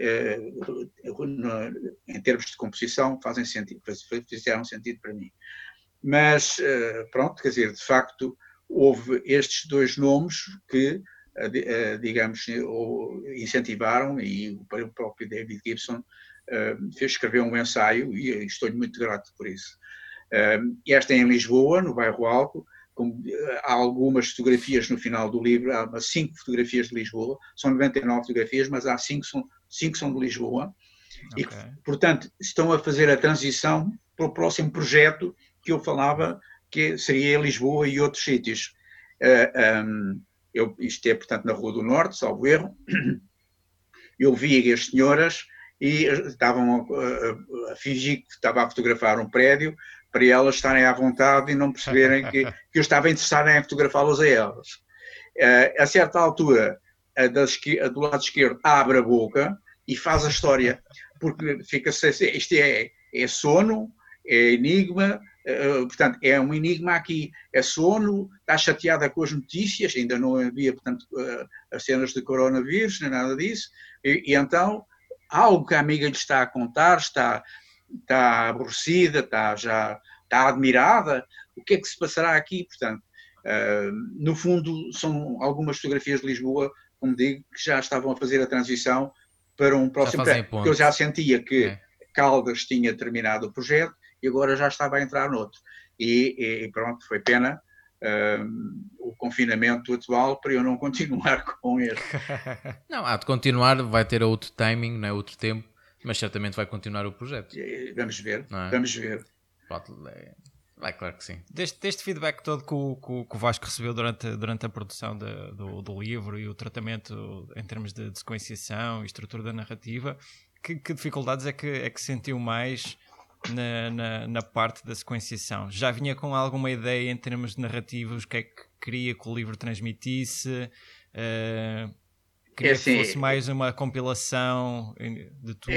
[SPEAKER 3] em termos de composição, fazem sentido, fizeram sentido para mim. Mas, pronto, quer dizer, de facto, houve estes dois nomes que, digamos, incentivaram, e o próprio David Gibson escreveu um ensaio, e estou-lhe muito grato por isso. Esta é em Lisboa, no bairro Alto. Há algumas fotografias no final do livro, há 5 fotografias de Lisboa, são 99 fotografias, mas há 5 são de Lisboa. Okay. E, portanto, estão a fazer a transição para o próximo projeto que eu falava, que seria Lisboa e outros sítios. Isto é, portanto, na Rua do Norte, salvo erro. Eu vi as senhoras e estavam a fingir que estava a fotografar um prédio para elas estarem à vontade e não perceberem que eu estava interessado em fotografá-las a elas. A certa altura, do lado esquerdo abre a boca e faz a história, porque fica-se, isto é sono, é enigma, portanto, é um enigma aqui, é sono, está chateada com as notícias, ainda não havia, portanto, as cenas de coronavírus, nem nada disso, e então, algo que a amiga lhe está a contar, está aborrecida, está admirada, o que é que se passará aqui, portanto, no fundo, são algumas fotografias de Lisboa, como digo, que já estavam a fazer a transição para um próximo projeto, porque eu já sentia que Caldas tinha terminado o projeto e agora já estava a entrar noutro. E pronto, foi pena o confinamento atual para eu não continuar com ele.
[SPEAKER 1] Não, há de continuar, vai ter outro timing, não é? Outro tempo, mas certamente vai continuar o projeto.
[SPEAKER 3] Vamos ver, vamos ver.
[SPEAKER 1] Vai, claro que sim.
[SPEAKER 2] Deste feedback todo que o Vasco recebeu durante a produção do livro e o tratamento em termos de sequenciação e estrutura da narrativa, que dificuldades é que sentiu mais na parte da sequenciação? Já vinha com alguma ideia em termos de narrativos, o que é que queria que o livro transmitisse? Queria que fosse mais uma compilação de tudo?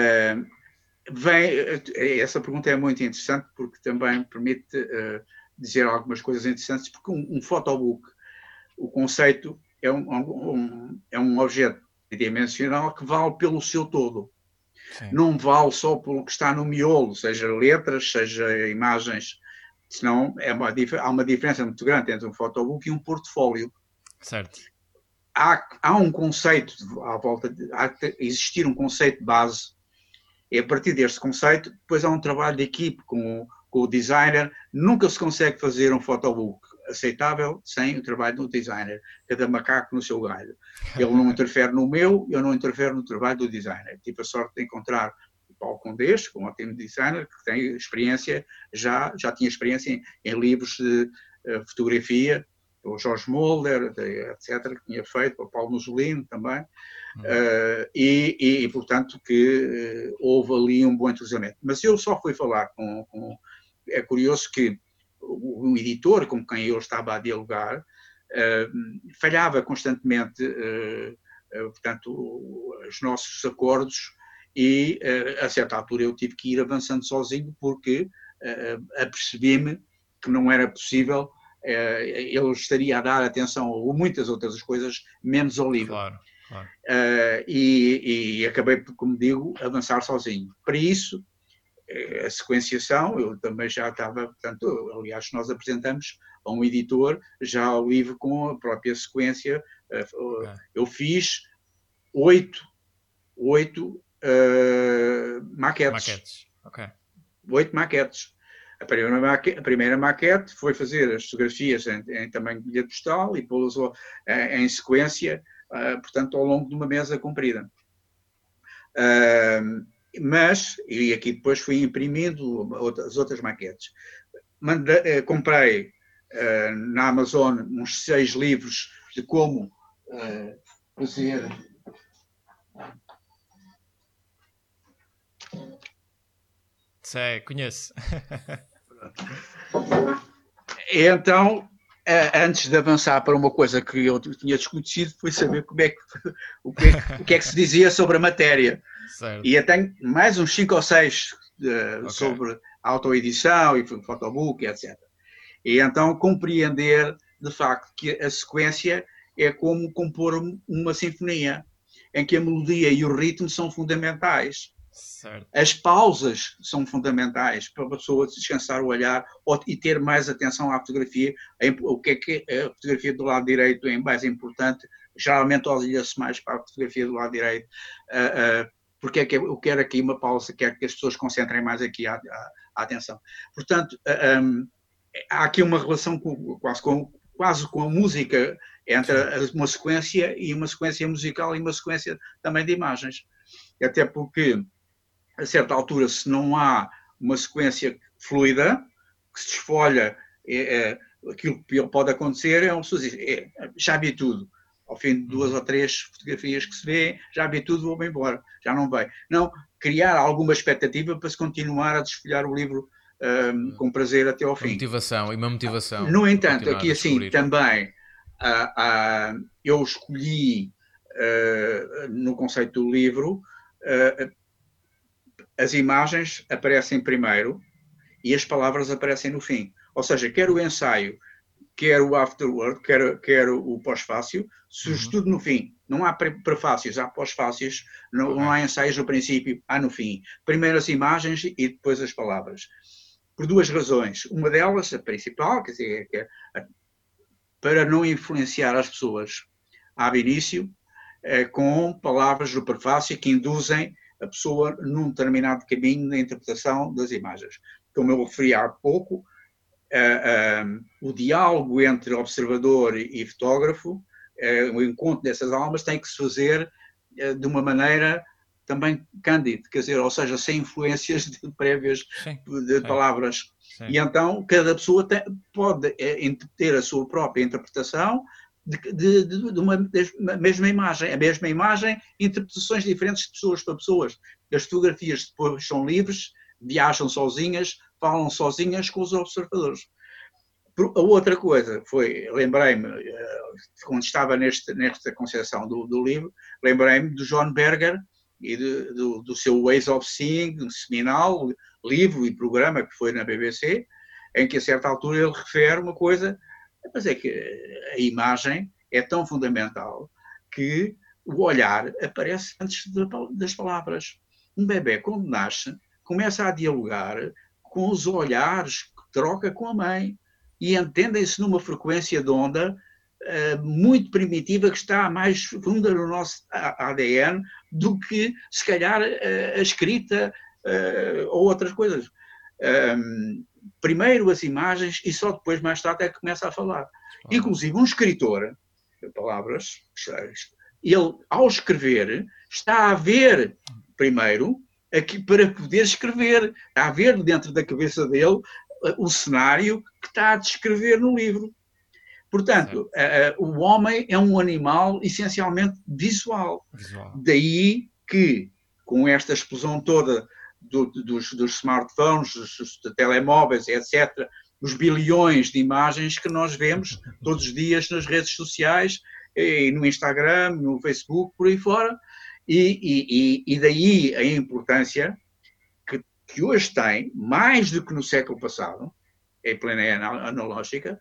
[SPEAKER 3] Essa pergunta é muito interessante porque também permite dizer algumas coisas interessantes, porque um photobook, o conceito é um objeto tridimensional que vale pelo seu todo. Sim. Não vale só pelo que está no miolo, seja letras, seja imagens, senão há uma diferença muito grande entre um photobook e um portfólio.
[SPEAKER 2] Certo.
[SPEAKER 3] Há um conceito há de existir um conceito base. E a partir deste conceito, depois há um trabalho de equipe com o designer. Nunca se consegue fazer um photobook aceitável sem o trabalho do designer. Cada macaco no seu galho. Ele não interfere no meu, eu não interfero no trabalho do designer. Tive a sorte de encontrar o Paulo Condés, um ótimo designer, que tem experiência, já tinha experiência em livros de fotografia, o Jorge Mulder, etc., que tinha feito, o Paulo Musolino também. Portanto, que houve ali um bom entrosamento. Mas eu só fui falar é curioso que o editor com quem eu estava a dialogar falhava constantemente, portanto, os nossos acordos e, a certa altura, eu tive que ir avançando sozinho porque apercebi-me que não era possível, ele estaria a dar atenção a muitas outras coisas, menos ao livro.
[SPEAKER 2] Claro.
[SPEAKER 3] E acabei, como digo, avançar sozinho. Para isso, a sequenciação, eu também já estava, portanto, aliás, nós apresentamos a um editor já o livro com a própria sequência. Eu fiz 8
[SPEAKER 2] Maquetes. Ok.
[SPEAKER 3] 8 maquetes. A primeira maquete foi fazer as fotografias em tamanho de bilhete postal e pô-las em sequência, portanto, ao longo de uma mesa comprida. E aqui depois fui imprimindo as outras maquetes. Comprei na Amazon uns 6 livros de como fazer.
[SPEAKER 2] Sei, conheço.
[SPEAKER 3] E então, antes de avançar para uma coisa que eu tinha desconhecido, foi saber o que é que se dizia sobre a matéria.
[SPEAKER 2] Certo.
[SPEAKER 3] E eu tenho mais uns 5 ou 6 sobre autoedição e fotobook, etc. E então compreender, de facto, que a sequência é como compor uma sinfonia, em que a melodia e o ritmo são fundamentais.
[SPEAKER 2] Certo.
[SPEAKER 3] As pausas são fundamentais para a pessoa descansar o olhar e ter mais atenção à fotografia. O que é a fotografia do lado direito é mais importante? Geralmente olha-se mais para a fotografia do lado direito. Porque é que eu quero aqui uma pausa, quero que as pessoas concentrem mais aqui a atenção. Portanto, há aqui uma relação quase com a música entre uma sequência e uma sequência musical e uma sequência também de imagens. Até porque, a certa altura, se não há uma sequência fluida, que se desfolha, aquilo que pode acontecer é uma pessoa dizer, já vi tudo. Ao fim de 2 ou 3 fotografias que se vê, já vi tudo, vou-me embora, já não vai. Não, criar alguma expectativa para se continuar a desfolhar o livro com prazer até ao fim.
[SPEAKER 1] Uma motivação.
[SPEAKER 3] No entanto, aqui assim, também, eu escolhi, no conceito do livro, as imagens aparecem primeiro e as palavras aparecem no fim. Ou seja, quer o ensaio, quer o afterword, quer o pós-fácio, surge tudo no fim. Não há prefácios, há pós-fácios, não há ensaios no princípio, há no fim. Primeiro as imagens e depois as palavras. Por 2 razões. Uma delas, a principal, quer dizer, para não influenciar as pessoas ao início, com palavras do prefácio que induzem a pessoa num determinado caminho na interpretação das imagens. Como eu referi há pouco, o diálogo entre observador e fotógrafo, o encontro dessas almas tem que se fazer de uma maneira também cândida, quer dizer, ou seja, sem influências prévias de palavras. Sim. E então cada pessoa pode ter a sua própria interpretação de uma mesma imagem. A mesma imagem, interpretações diferentes de pessoas para pessoas. As fotografias depois são livres, viajam sozinhas, falam sozinhas com os observadores. A outra coisa foi, lembrei-me, quando estava nesta concepção do livro, lembrei-me do John Berger e do seu Ways of Seeing, um seminal, livro e programa que foi na BBC, em que a certa altura ele refere uma coisa, mas é que a imagem é tão fundamental que o olhar aparece antes das palavras. Um bebê, quando nasce, começa a dialogar com os olhares que troca com a mãe e entendem-se numa frequência de onda muito primitiva que está mais funda no nosso ADN do que, se calhar, a escrita ou outras coisas. Primeiro as imagens e só depois, mais tarde, é que começa a falar. Inclusive, um escritor, palavras, ele, ao escrever, está a ver primeiro aqui para poder escrever, a ver dentro da cabeça dele o cenário que está a descrever no livro. Portanto, o homem é um animal essencialmente visual. Daí que, com esta explosão toda dos smartphones, dos telemóveis, etc., os bilhões de imagens que nós vemos todos os dias nas redes sociais, e no Instagram, no Facebook, por aí fora, e daí a importância que hoje tem, mais do que no século passado, em plena analógica,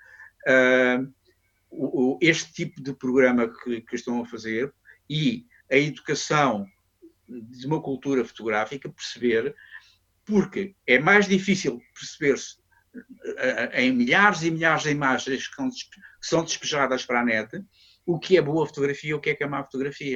[SPEAKER 3] este tipo de programa que estão a fazer e a educação de uma cultura fotográfica, perceber, porque é mais difícil perceber-se em milhares e milhares de imagens que são despejadas para a net, o que é boa fotografia, o que é má fotografia.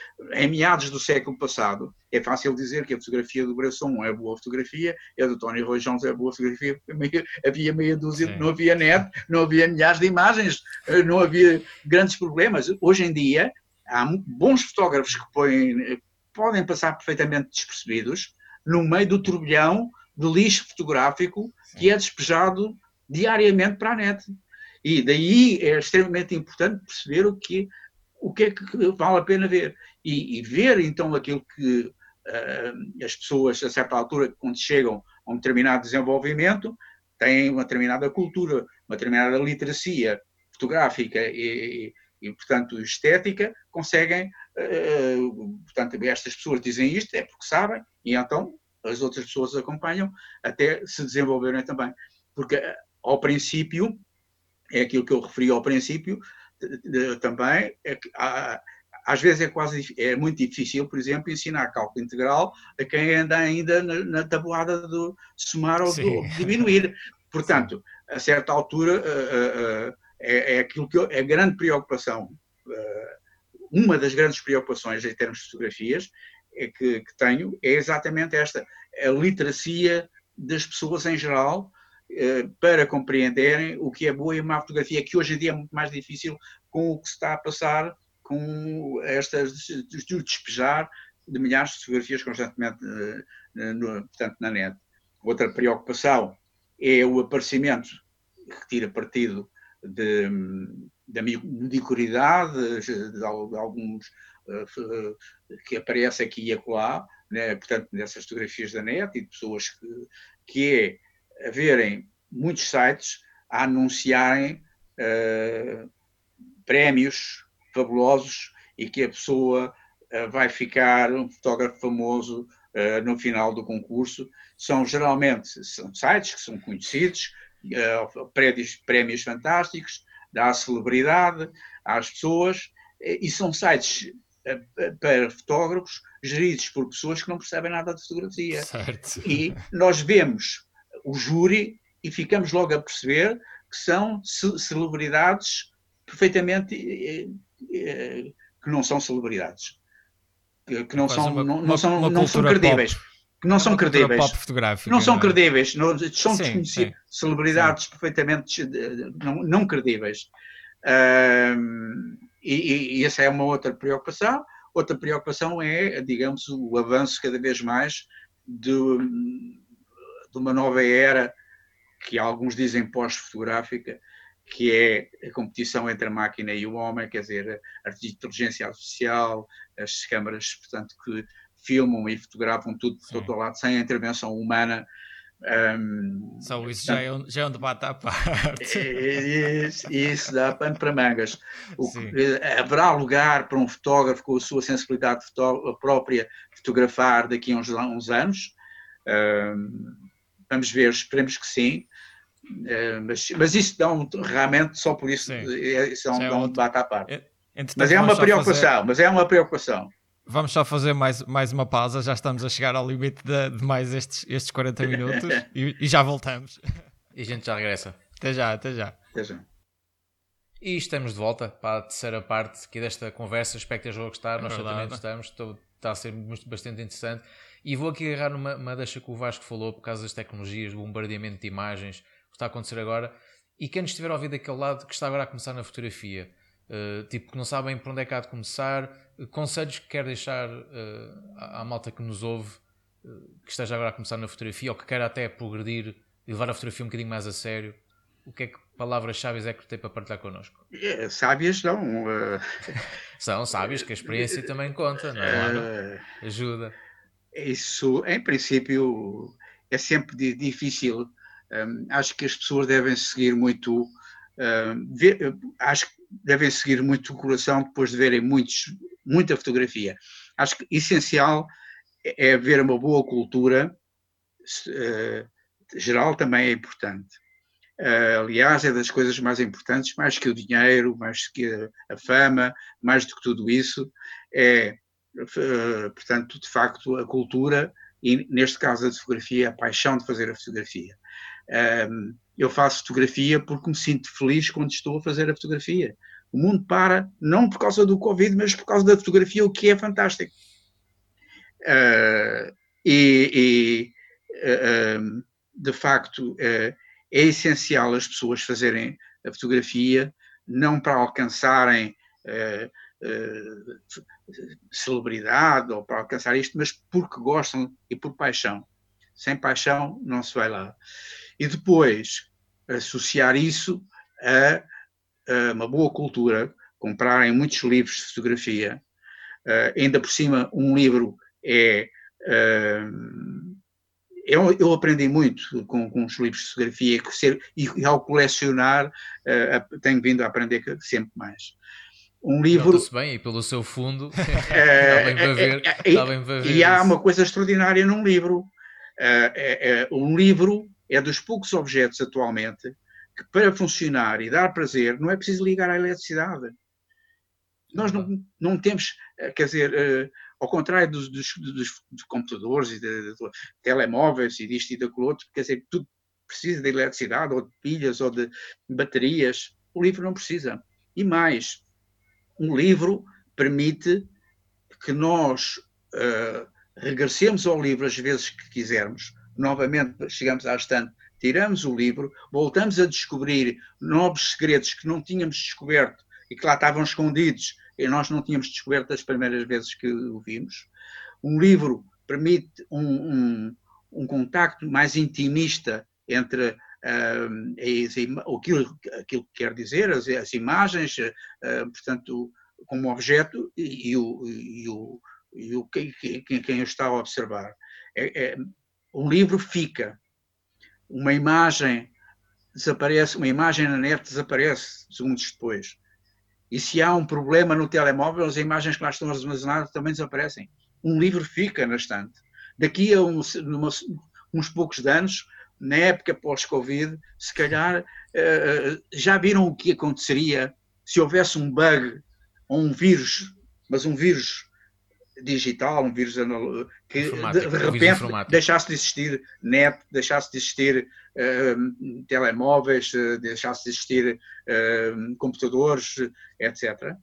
[SPEAKER 3] em meados do século passado, é fácil dizer que a fotografia do Bresson é boa fotografia, a do Tony Roy Jones é boa fotografia, havia meia dúzia, não havia net, não havia milhares de imagens, não havia grandes problemas. Hoje em dia, há bons fotógrafos que podem passar perfeitamente despercebidos no meio do turbilhão de lixo fotográfico que é despejado diariamente para a net. E daí é extremamente importante perceber o que é que vale a pena ver. E ver, então, aquilo que as pessoas, a certa altura, quando chegam a um determinado desenvolvimento, têm uma determinada cultura, uma determinada literacia fotográfica e portanto, estética, conseguem, portanto, estas pessoas dizem isto, é porque sabem, e então as outras pessoas acompanham até se desenvolverem também. Porque, ao princípio, é aquilo que eu referi ao princípio, também, é que às vezes é muito difícil, por exemplo, ensinar cálculo integral a quem anda ainda na tabuada do somar ou diminuir. Portanto, a certa altura, é aquilo que é a grande preocupação, uma das grandes preocupações em termos de fotografias que tenho é exatamente esta, a literacia das pessoas em geral, para compreenderem o que é boa e má fotografia, que hoje em dia é muito mais difícil com o que se está a passar, com de despejar de milhares de fotografias constantemente portanto, na net. Outra preocupação é o aparecimento, que tira partido da mediocridade de alguns que aparece aqui e acolá, né, portanto, nessas fotografias da net e de pessoas que é haverem muitos sites a anunciarem prémios fabulosos e que a pessoa vai ficar um fotógrafo famoso no final do concurso. Geralmente são sites que são conhecidos, prémios fantásticos, dá celebridade às pessoas, e são sites para fotógrafos geridos por pessoas que não percebem nada de fotografia.
[SPEAKER 2] Certo.
[SPEAKER 3] E nós vemos o júri e ficamos logo a perceber que são celebridades perfeitamente que não são celebridades, que não são credíveis. Que não são credíveis. Não são credíveis. São desconhecidos. Celebridades perfeitamente não credíveis. E essa é uma outra preocupação. Outra preocupação é, digamos, o avanço cada vez mais de uma nova era, que alguns dizem pós-fotográfica, que é a competição entre a máquina e o homem, quer dizer, a inteligência artificial, as câmaras, portanto, que filmam e fotografam tudo por todo lado, sem a intervenção humana.
[SPEAKER 2] Só isso portanto, já é um debate à parte.
[SPEAKER 3] Isso dá pano para mangas. Haverá lugar para um fotógrafo com a sua sensibilidade própria fotografar daqui a uns anos? Vamos ver, esperemos que sim. Mas isso dá realmente, só por isso, dá um debate à parte. Mas é uma preocupação.
[SPEAKER 2] Vamos só fazer mais uma pausa, já estamos a chegar ao limite de mais estes 40 minutos e já voltamos.
[SPEAKER 1] E a gente já regressa.
[SPEAKER 2] Até já.
[SPEAKER 1] E estamos de volta para a terceira parte aqui desta conversa. Espero que estejam a gostar, nós também estamos, está a ser bastante interessante. E vou aqui agarrar numa deixa que o Vasco falou, por causa das tecnologias, do bombardeamento de imagens, que está a acontecer agora, e quem nos estiver a ouvir daquele lado, que está agora a começar na fotografia, tipo, que não sabem por onde é que há de começar, conselhos que quer deixar à malta que nos ouve, que esteja agora a começar na fotografia, ou que quer até progredir e levar a fotografia um bocadinho mais a sério, o que é que palavras-chave é que tem para partilhar connosco?
[SPEAKER 3] Sábias não.
[SPEAKER 1] São sábias, que a experiência também conta, não é? Ajuda.
[SPEAKER 3] Isso, em princípio, é sempre difícil. Acho que as pessoas devem seguir muito, acho que devem seguir muito o coração depois de verem muita fotografia. Acho que essencial é haver uma boa cultura geral, também é importante. Aliás, é das coisas mais importantes, mais que o dinheiro, mais que a fama, mais do que tudo isso, portanto, de facto, a cultura e, neste caso, a fotografia, a paixão de fazer a fotografia. Eu faço fotografia porque me sinto feliz quando estou a fazer a fotografia. O mundo para, não por causa do Covid, mas por causa da fotografia, o que é fantástico. De facto, é essencial as pessoas fazerem a fotografia, não para alcançarem celebridade ou para alcançar isto, mas porque gostam e por paixão. Sem paixão não se vai lá. E depois associar isso a uma boa cultura, comprarem muitos livros de fotografia, ainda por cima um livro eu aprendi muito com os livros de fotografia e ao colecionar tenho vindo a aprender sempre mais. Um livro...
[SPEAKER 1] Nota-se bem, e pelo seu fundo está bem para ver.
[SPEAKER 3] E há uma coisa extraordinária num livro. Um livro é dos poucos objetos atualmente que para funcionar e dar prazer não é preciso ligar à eletricidade. Nós não temos, quer dizer, ao contrário dos computadores e de telemóveis e disto e daquilo outro, quer dizer, tudo precisa de eletricidade ou de pilhas ou de baterias. O livro não precisa. E mais, um livro permite que nós regressemos ao livro as vezes que quisermos, novamente chegamos à estante, tiramos o livro, voltamos a descobrir novos segredos que não tínhamos descoberto e que lá estavam escondidos e nós não tínhamos descoberto das primeiras vezes que o vimos. Um livro permite um contacto mais intimista entre aquilo que quer dizer, as imagens, portanto, como objeto e quem está a observar. Um livro fica, uma imagem desaparece, uma imagem na net desaparece segundos depois. E se há um problema no telemóvel, as imagens que lá estão armazenadas também desaparecem. Um livro fica na estante. Daqui a uns poucos anos, na época pós-Covid, se calhar já viram o que aconteceria se houvesse um bug ou um vírus, mas um vírus digital, um vírus que de repente deixasse de existir net, deixasse de existir telemóveis, deixasse de existir computadores, etc.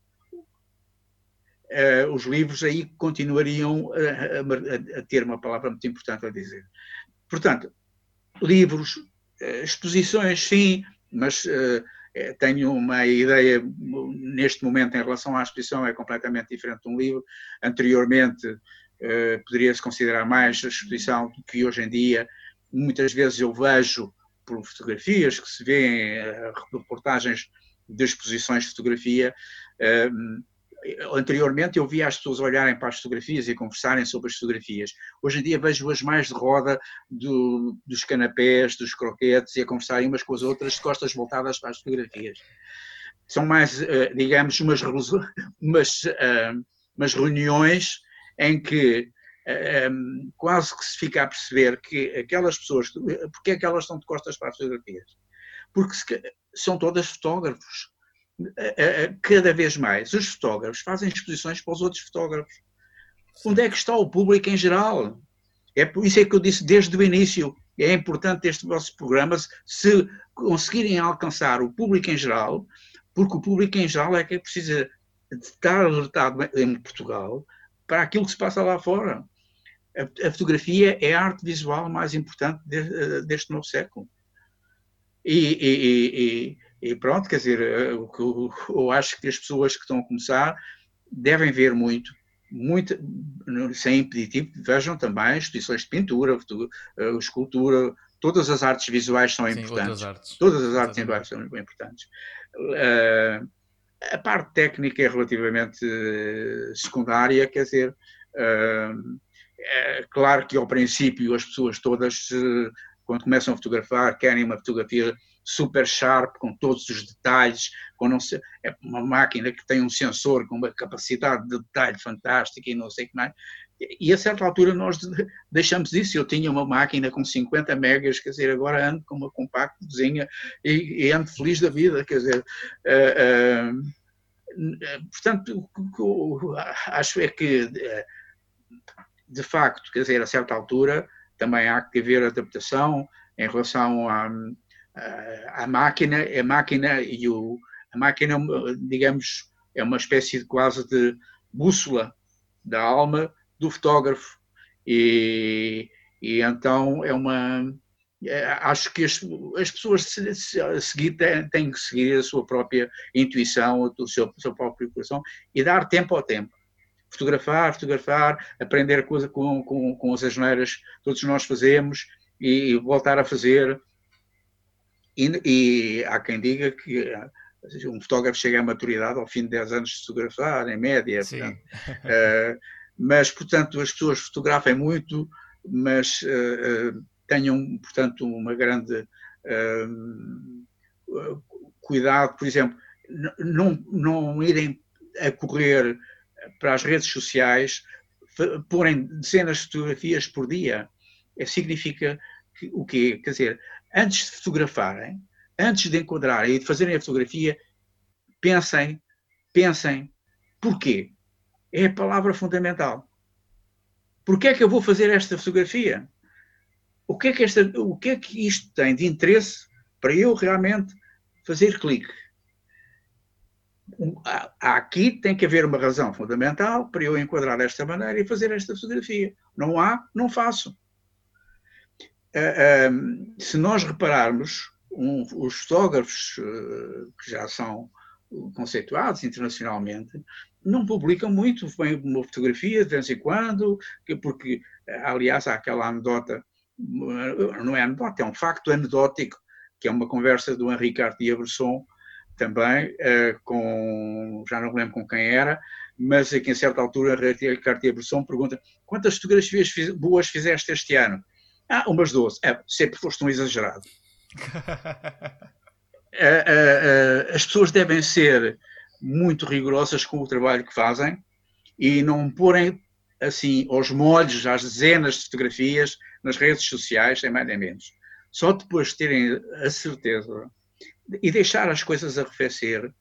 [SPEAKER 3] Os livros aí continuariam a ter uma palavra muito importante a dizer. Portanto, livros, exposições, sim, mas tenho uma ideia neste momento em relação à exposição é completamente diferente de um livro. Anteriormente poderia-se considerar mais a exposição do que hoje em dia. Muitas vezes eu vejo por fotografias que se vêem, reportagens de exposições de fotografia. Anteriormente eu via as pessoas olharem para as fotografias e conversarem sobre as fotografias. Hoje em dia vejo-as mais de roda dos canapés, dos croquetes e a conversarem umas com as outras de costas voltadas para as fotografias. São mais, digamos, umas reuniões em que quase que se fica a perceber que aquelas pessoas, porque é que elas estão de costas para as fotografias? Porque são todas fotógrafos. Cada vez mais os fotógrafos fazem exposições para os outros fotógrafos. Sim. Onde é que está o público em geral? É por isso que eu disse desde o início, é importante estes vossos programas se conseguirem alcançar o público em geral, porque o público em geral é que precisa de estar alertado em Portugal para aquilo que se passa lá fora. A fotografia é a arte visual mais importante deste novo século. E pronto, quer dizer, eu acho que as pessoas que estão a começar devem ver muito, sem impeditivo, vejam também exposições de pintura, escultura, todas as artes visuais são importantes. Todas as artes visuais são importantes. A parte técnica é relativamente secundária, quer dizer, é claro que ao princípio as pessoas todas, quando começam a fotografar, querem uma fotografia super sharp, com todos os detalhes, é uma máquina que tem um sensor com uma capacidade de detalhe fantástica e não sei o que mais. E a certa altura nós deixamos isso. Eu tinha uma máquina com 50 megas, quer dizer, agora ando com uma compactzinha e ando feliz da vida, quer dizer. Portanto, o que eu acho é que, de facto, quer dizer, a certa altura também há que haver adaptação em relação à máquina, a máquina e A máquina, digamos, é uma espécie de quase de bússola da alma do fotógrafo. E então acho que as pessoas a seguir têm que seguir a sua própria intuição, o seu próprio coração e dar tempo ao tempo. Fotografar, aprender coisa com as asneiras que todos nós fazemos e voltar a fazer. E há quem diga que um fotógrafo chega à maturidade ao fim de 10 anos de fotografar, em média.
[SPEAKER 2] Sim.
[SPEAKER 3] Mas, portanto, as pessoas fotografem muito, mas tenham, portanto, uma grande cuidado, por exemplo, não irem a correr para as redes sociais, porem dezenas de fotografias por dia. Significa que, o quê? Quer dizer, antes de fotografarem, antes de enquadrarem e de fazerem a fotografia, pensem, porquê? É a palavra fundamental. Porquê é que eu vou fazer esta fotografia? O que é que isto tem de interesse para eu realmente fazer clique? Aqui tem que haver uma razão fundamental para eu enquadrar desta maneira e fazer esta fotografia. Não há, não faço. Se nós repararmos, os fotógrafos que já são conceituados internacionalmente não publicam muito bem uma fotografia de vez em quando, porque, aliás, há aquela anedota, não é anedota, é um facto anedótico, que é uma conversa do Henri Cartier-Bresson, também, já não me lembro com quem era, mas aqui, em certa altura, Henri Cartier-Bresson pergunta: quantas fotografias boas fizeste este ano? Umas 12. Sempre foste um exagerado. As pessoas devem ser muito rigorosas com o trabalho que fazem e não porem assim aos molhos, às dezenas de fotografias nas redes sociais, nem mais nem menos. Só depois de terem a certeza e deixar as coisas arrefecer,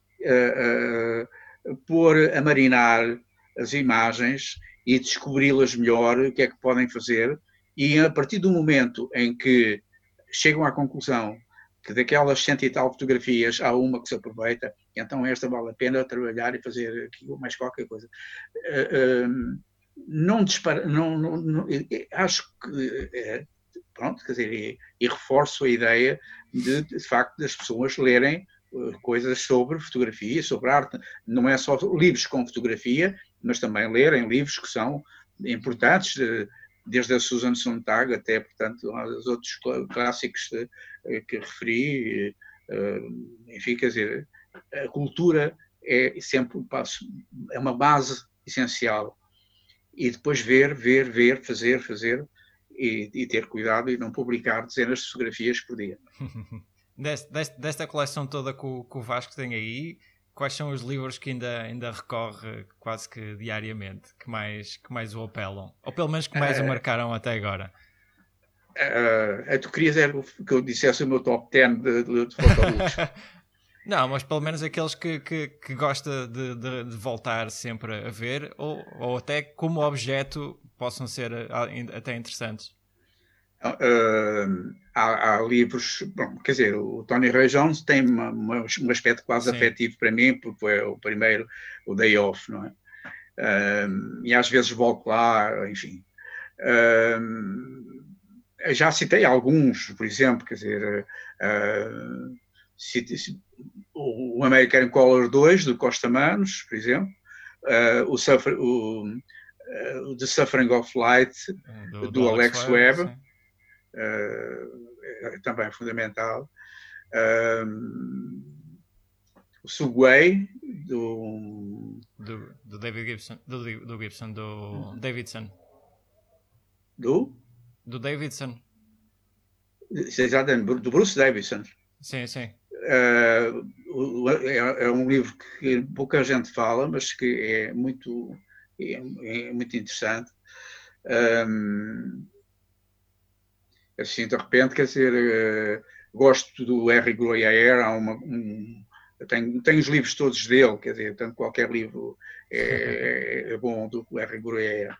[SPEAKER 3] pôr a marinar as imagens e descobri-las melhor, o que é que podem fazer, e a partir do momento em que chegam à conclusão que daquelas 100 e tal fotografias há uma que se aproveita, então esta vale a pena trabalhar e fazer aquilo, mais qualquer coisa. Não dispara, acho que pronto, quer dizer, e reforço a ideia de facto das pessoas lerem coisas sobre fotografia, sobre arte. Não é só livros com fotografia, mas também lerem livros que são importantes, desde a Susan Sontag até, portanto, aos outros clássicos que referi. Enfim, quer dizer, a cultura é sempre um passo, é uma base essencial. E depois ver, fazer e ter cuidado e não publicar dezenas de fotografias por dia.
[SPEAKER 2] Desta coleção toda que o Vasco tem aí, quais são os livros que ainda recorre quase que diariamente, que mais o apelam? Ou pelo menos que mais o marcaram até agora?
[SPEAKER 3] Tu querias que eu dissesse o meu top 10 de fotobooks?
[SPEAKER 2] Não, mas pelo menos aqueles que gosta de voltar sempre a ver, ou até como objeto possam ser até interessantes.
[SPEAKER 3] Há livros, bom, quer dizer, o Tony Ray Jones tem um aspecto quase afetivo para mim, porque foi o primeiro, o Day Off, não é? E às vezes volto lá, enfim. Já citei alguns, por exemplo, quer dizer, o American Color 2, do Costa Manos, por exemplo, o The Suffering of Light, do Alex Webb, também fundamental. O Subway, do
[SPEAKER 2] David Gibson, do Gibson, do Davidson. Do Davidson.
[SPEAKER 3] Exatamente, do Bruce Davidson.
[SPEAKER 2] Sim.
[SPEAKER 3] É um livro que pouca gente fala, mas que é muito interessante. Assim, de repente, quer dizer, gosto do Henry Gruyère, tenho os livros todos dele, quer dizer, tanto qualquer livro é bom do Henry Gruyère.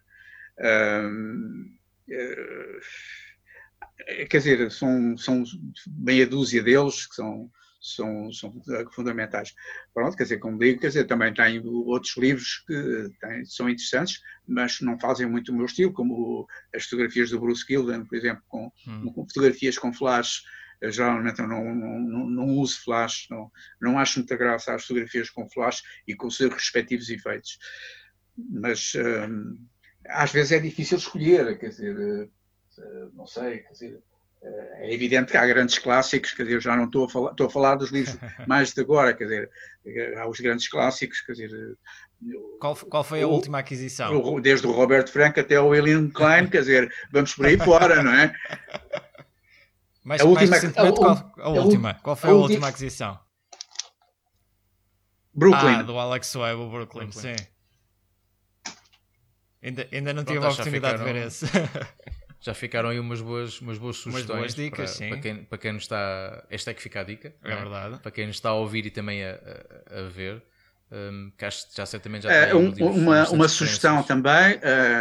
[SPEAKER 3] Quer dizer, são meia dúzia deles que são são fundamentais. Pronto, quer dizer, como digo, quer dizer, também tenho outros livros que são interessantes, mas não fazem muito o meu estilo, como as fotografias do Bruce Gilden, por exemplo, com fotografias com flash. Geralmente eu não uso flash, não acho muita graça às fotografias com flash e com os seus respectivos efeitos. Mas às vezes é difícil escolher, quer dizer, não sei, quer dizer, é evidente que há grandes clássicos, quer dizer, eu já não estou a falar dos livros mais de agora, quer dizer, há os grandes clássicos, quer dizer...
[SPEAKER 2] Qual foi a última aquisição?
[SPEAKER 3] Desde o Robert Frank até o William Klein, quer dizer, vamos por aí fora, não é?
[SPEAKER 2] Mais recentemente, qual foi a última aquisição?
[SPEAKER 3] Brooklyn.
[SPEAKER 2] Do Alex Webb, o Brooklyn, sim. Ainda não tive a oportunidade de ver esse.
[SPEAKER 1] Já ficaram aí umas boas sugestões,
[SPEAKER 2] umas boas dicas,
[SPEAKER 1] para quem nos está... Esta é que fica a dica.
[SPEAKER 2] É verdade.
[SPEAKER 1] Para quem nos está a ouvir e também a ver, que acho que já certamente já tem
[SPEAKER 3] uma sugestão também,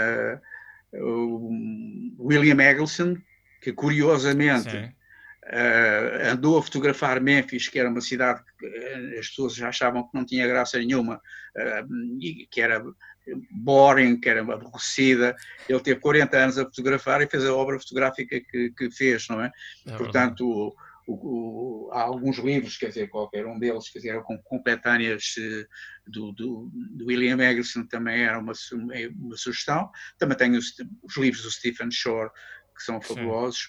[SPEAKER 3] o William Eggleston, que curiosamente andou a fotografar Memphis, que era uma cidade que as pessoas já achavam que não tinha graça nenhuma, que era boring, que era aborrecida. Ele teve 40 anos a fotografar e fez a obra fotográfica que fez, não é? Portanto, há alguns livros, quer dizer, qualquer um deles, quer dizer, eram completâneas do William Eggleston, também era uma sugestão. Também tenho os livros do Stephen Shore, que são fabulosos,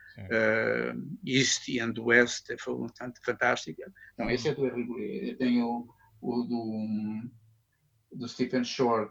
[SPEAKER 3] East and West, é fantástico. Não, esse é do Hemingway. Eu tenho o do Stephen Shore,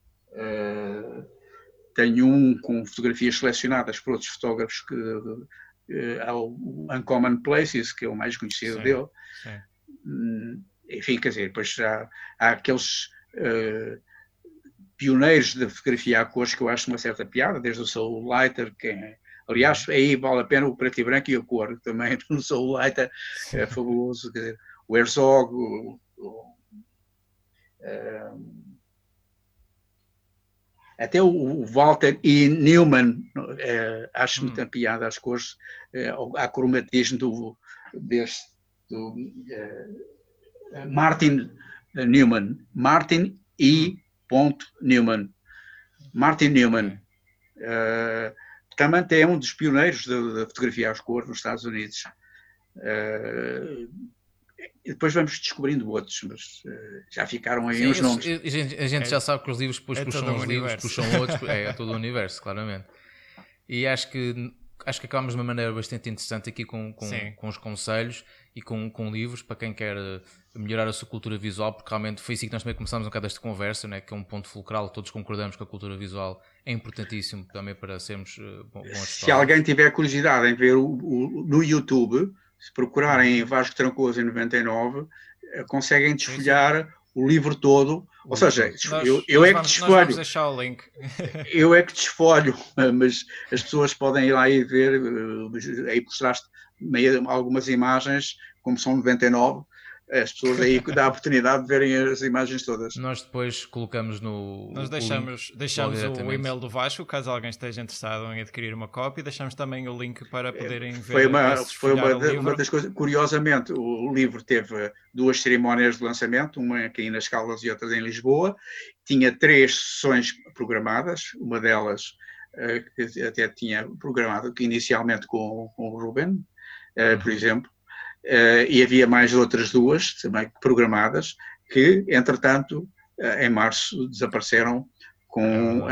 [SPEAKER 3] tenho um com fotografias selecionadas por outros fotógrafos, que há o Uncommon Places, que é o mais conhecido dele. Enfim, quer dizer, depois há aqueles pioneiros da fotografia a cores que eu acho uma certa piada, desde o Saul Leiter, que aliás, aí vale a pena o preto e branco e a cor também, no Saul Leiter é fabuloso, quer dizer, o Herzog, até o Walter E. Neumann, acho muita piada às cores, há cromatismo do Martin Neumann, Martin E. Neumann, Martin Neumann, também é um dos pioneiros da fotografia às cores nos Estados Unidos. E depois vamos descobrindo outros, mas já ficaram aí os nomes.
[SPEAKER 1] A gente já sabe que os livros depois puxam os livros, puxam outros, é todo o universo, claramente. E acho que acabamos de uma maneira bastante interessante aqui com os conselhos e com livros para quem quer melhorar a sua cultura visual, porque realmente foi assim que nós também começamos um bocado esta conversa, né? Que é um ponto fulcral, todos concordamos que a cultura visual é importantíssimo também para sermos bons.
[SPEAKER 3] Se alguém tiver curiosidade em ver no YouTube, se procurarem Vasco Trancoso em 99, conseguem desfolhar o livro todo. Ou seja, eu é que desfolho.
[SPEAKER 2] Nós vamos deixar o link.
[SPEAKER 3] Eu é que desfolho, mas as pessoas podem ir lá e ver. Aí mostraste algumas imagens, como são 99. As pessoas aí dá a oportunidade de verem as imagens todas.
[SPEAKER 1] Nós depois colocamos
[SPEAKER 2] Nós deixamos o e-mail do Vasco, caso alguém esteja interessado em adquirir uma cópia. Deixamos também o link para poderem ver.
[SPEAKER 3] Foi uma das coisas. Curiosamente, o livro teve 2 cerimónias de lançamento, uma aqui nas Caldas e outra em Lisboa. Tinha 3 sessões programadas, uma delas que até tinha programado inicialmente com o Ruben, por exemplo. E havia mais outras 2 também programadas que, entretanto, em março desapareceram com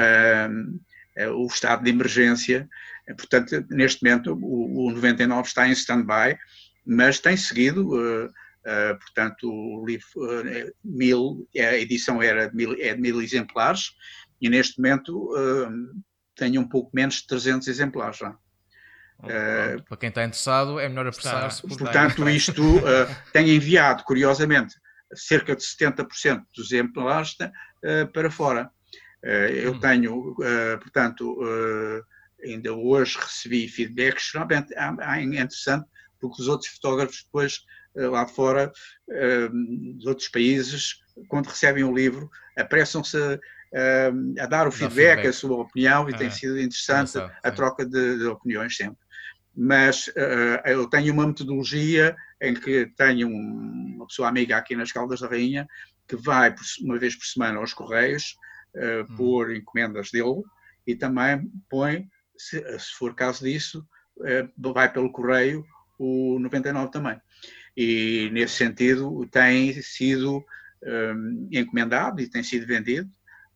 [SPEAKER 3] o estado de emergência. Portanto, neste momento o 99 está em stand-by, mas tem seguido, portanto, o livro 1000, a edição é de 1000 exemplares e neste momento tem um pouco menos de 300 exemplares já.
[SPEAKER 1] Para quem está interessado, é melhor apressar-se.
[SPEAKER 3] Portanto, isto tem enviado, curiosamente, cerca de 70% dos exemplares para fora. Eu tenho, portanto, ainda hoje recebi feedbacks realmente interessante, porque os outros fotógrafos depois, lá de fora, dos outros países, quando recebem o livro, apressam-se a dar o feedback, a sua opinião, e tem sido interessante a troca de opiniões sempre. mas eu tenho uma metodologia em que tenho uma pessoa amiga aqui nas Caldas da Rainha que vai uma vez por semana aos Correios por encomendas dele e também põe, se for caso disso, vai pelo correio o 99 também. E nesse sentido tem sido encomendado e tem sido vendido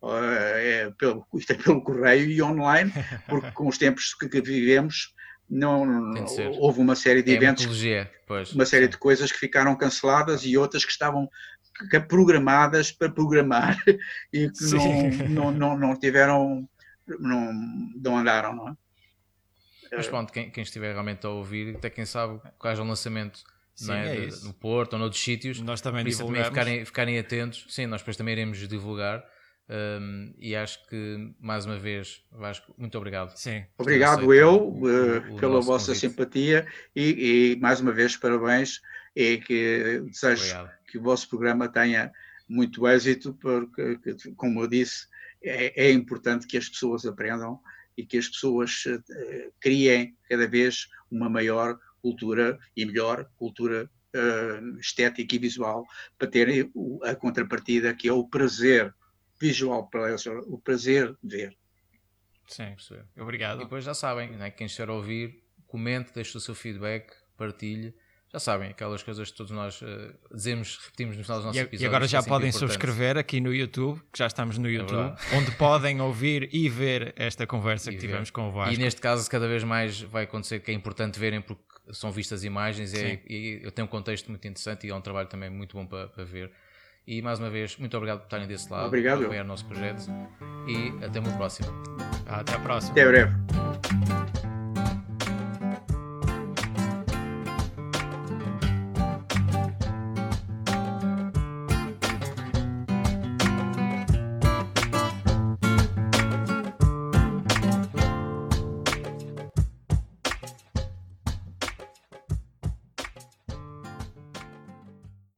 [SPEAKER 3] pelo correio e online, porque com os tempos que vivemos houve uma série de eventos, uma série de coisas que ficaram canceladas e outras que estavam programadas para programar e que não tiveram, não andaram, não é?
[SPEAKER 1] Mas pronto, quem estiver realmente a ouvir, até quem sabe que haja um lançamento no Porto ou noutros sítios,
[SPEAKER 2] nós também
[SPEAKER 1] divulgamos. Também ficarem atentos. Sim, nós depois também iremos divulgar. E acho que mais uma vez, Vasco, muito obrigado.
[SPEAKER 2] Sim.
[SPEAKER 3] Obrigado pela vossa convite. Simpatia e mais uma vez parabéns e que desejo que o vosso programa tenha muito êxito, porque, como eu disse, é importante que as pessoas aprendam e que as pessoas criem cada vez uma maior cultura e melhor cultura estética e visual para terem a contrapartida que é o prazer visual pleasure, o prazer de ver.
[SPEAKER 2] Sim, obrigado.
[SPEAKER 1] E depois já sabem, né? Quem estiver a ouvir, comente, deixe o seu feedback, partilhe. Já sabem, aquelas coisas que todos nós repetimos no final dos nossos episódios.
[SPEAKER 2] E agora já podem subscrever aqui no YouTube, que já estamos no YouTube, onde podem ouvir e ver esta conversa que tivemos com o Vasco.
[SPEAKER 1] E neste caso, cada vez mais vai acontecer que é importante verem, porque são vistas imagens e eu tenho um contexto muito interessante e é um trabalho também muito bom para ver. E mais uma vez, muito obrigado por estarem desse lado,
[SPEAKER 3] obrigado,
[SPEAKER 1] por apoiar o nosso projeto e até uma próxima.
[SPEAKER 2] Até a próxima.
[SPEAKER 3] Até breve.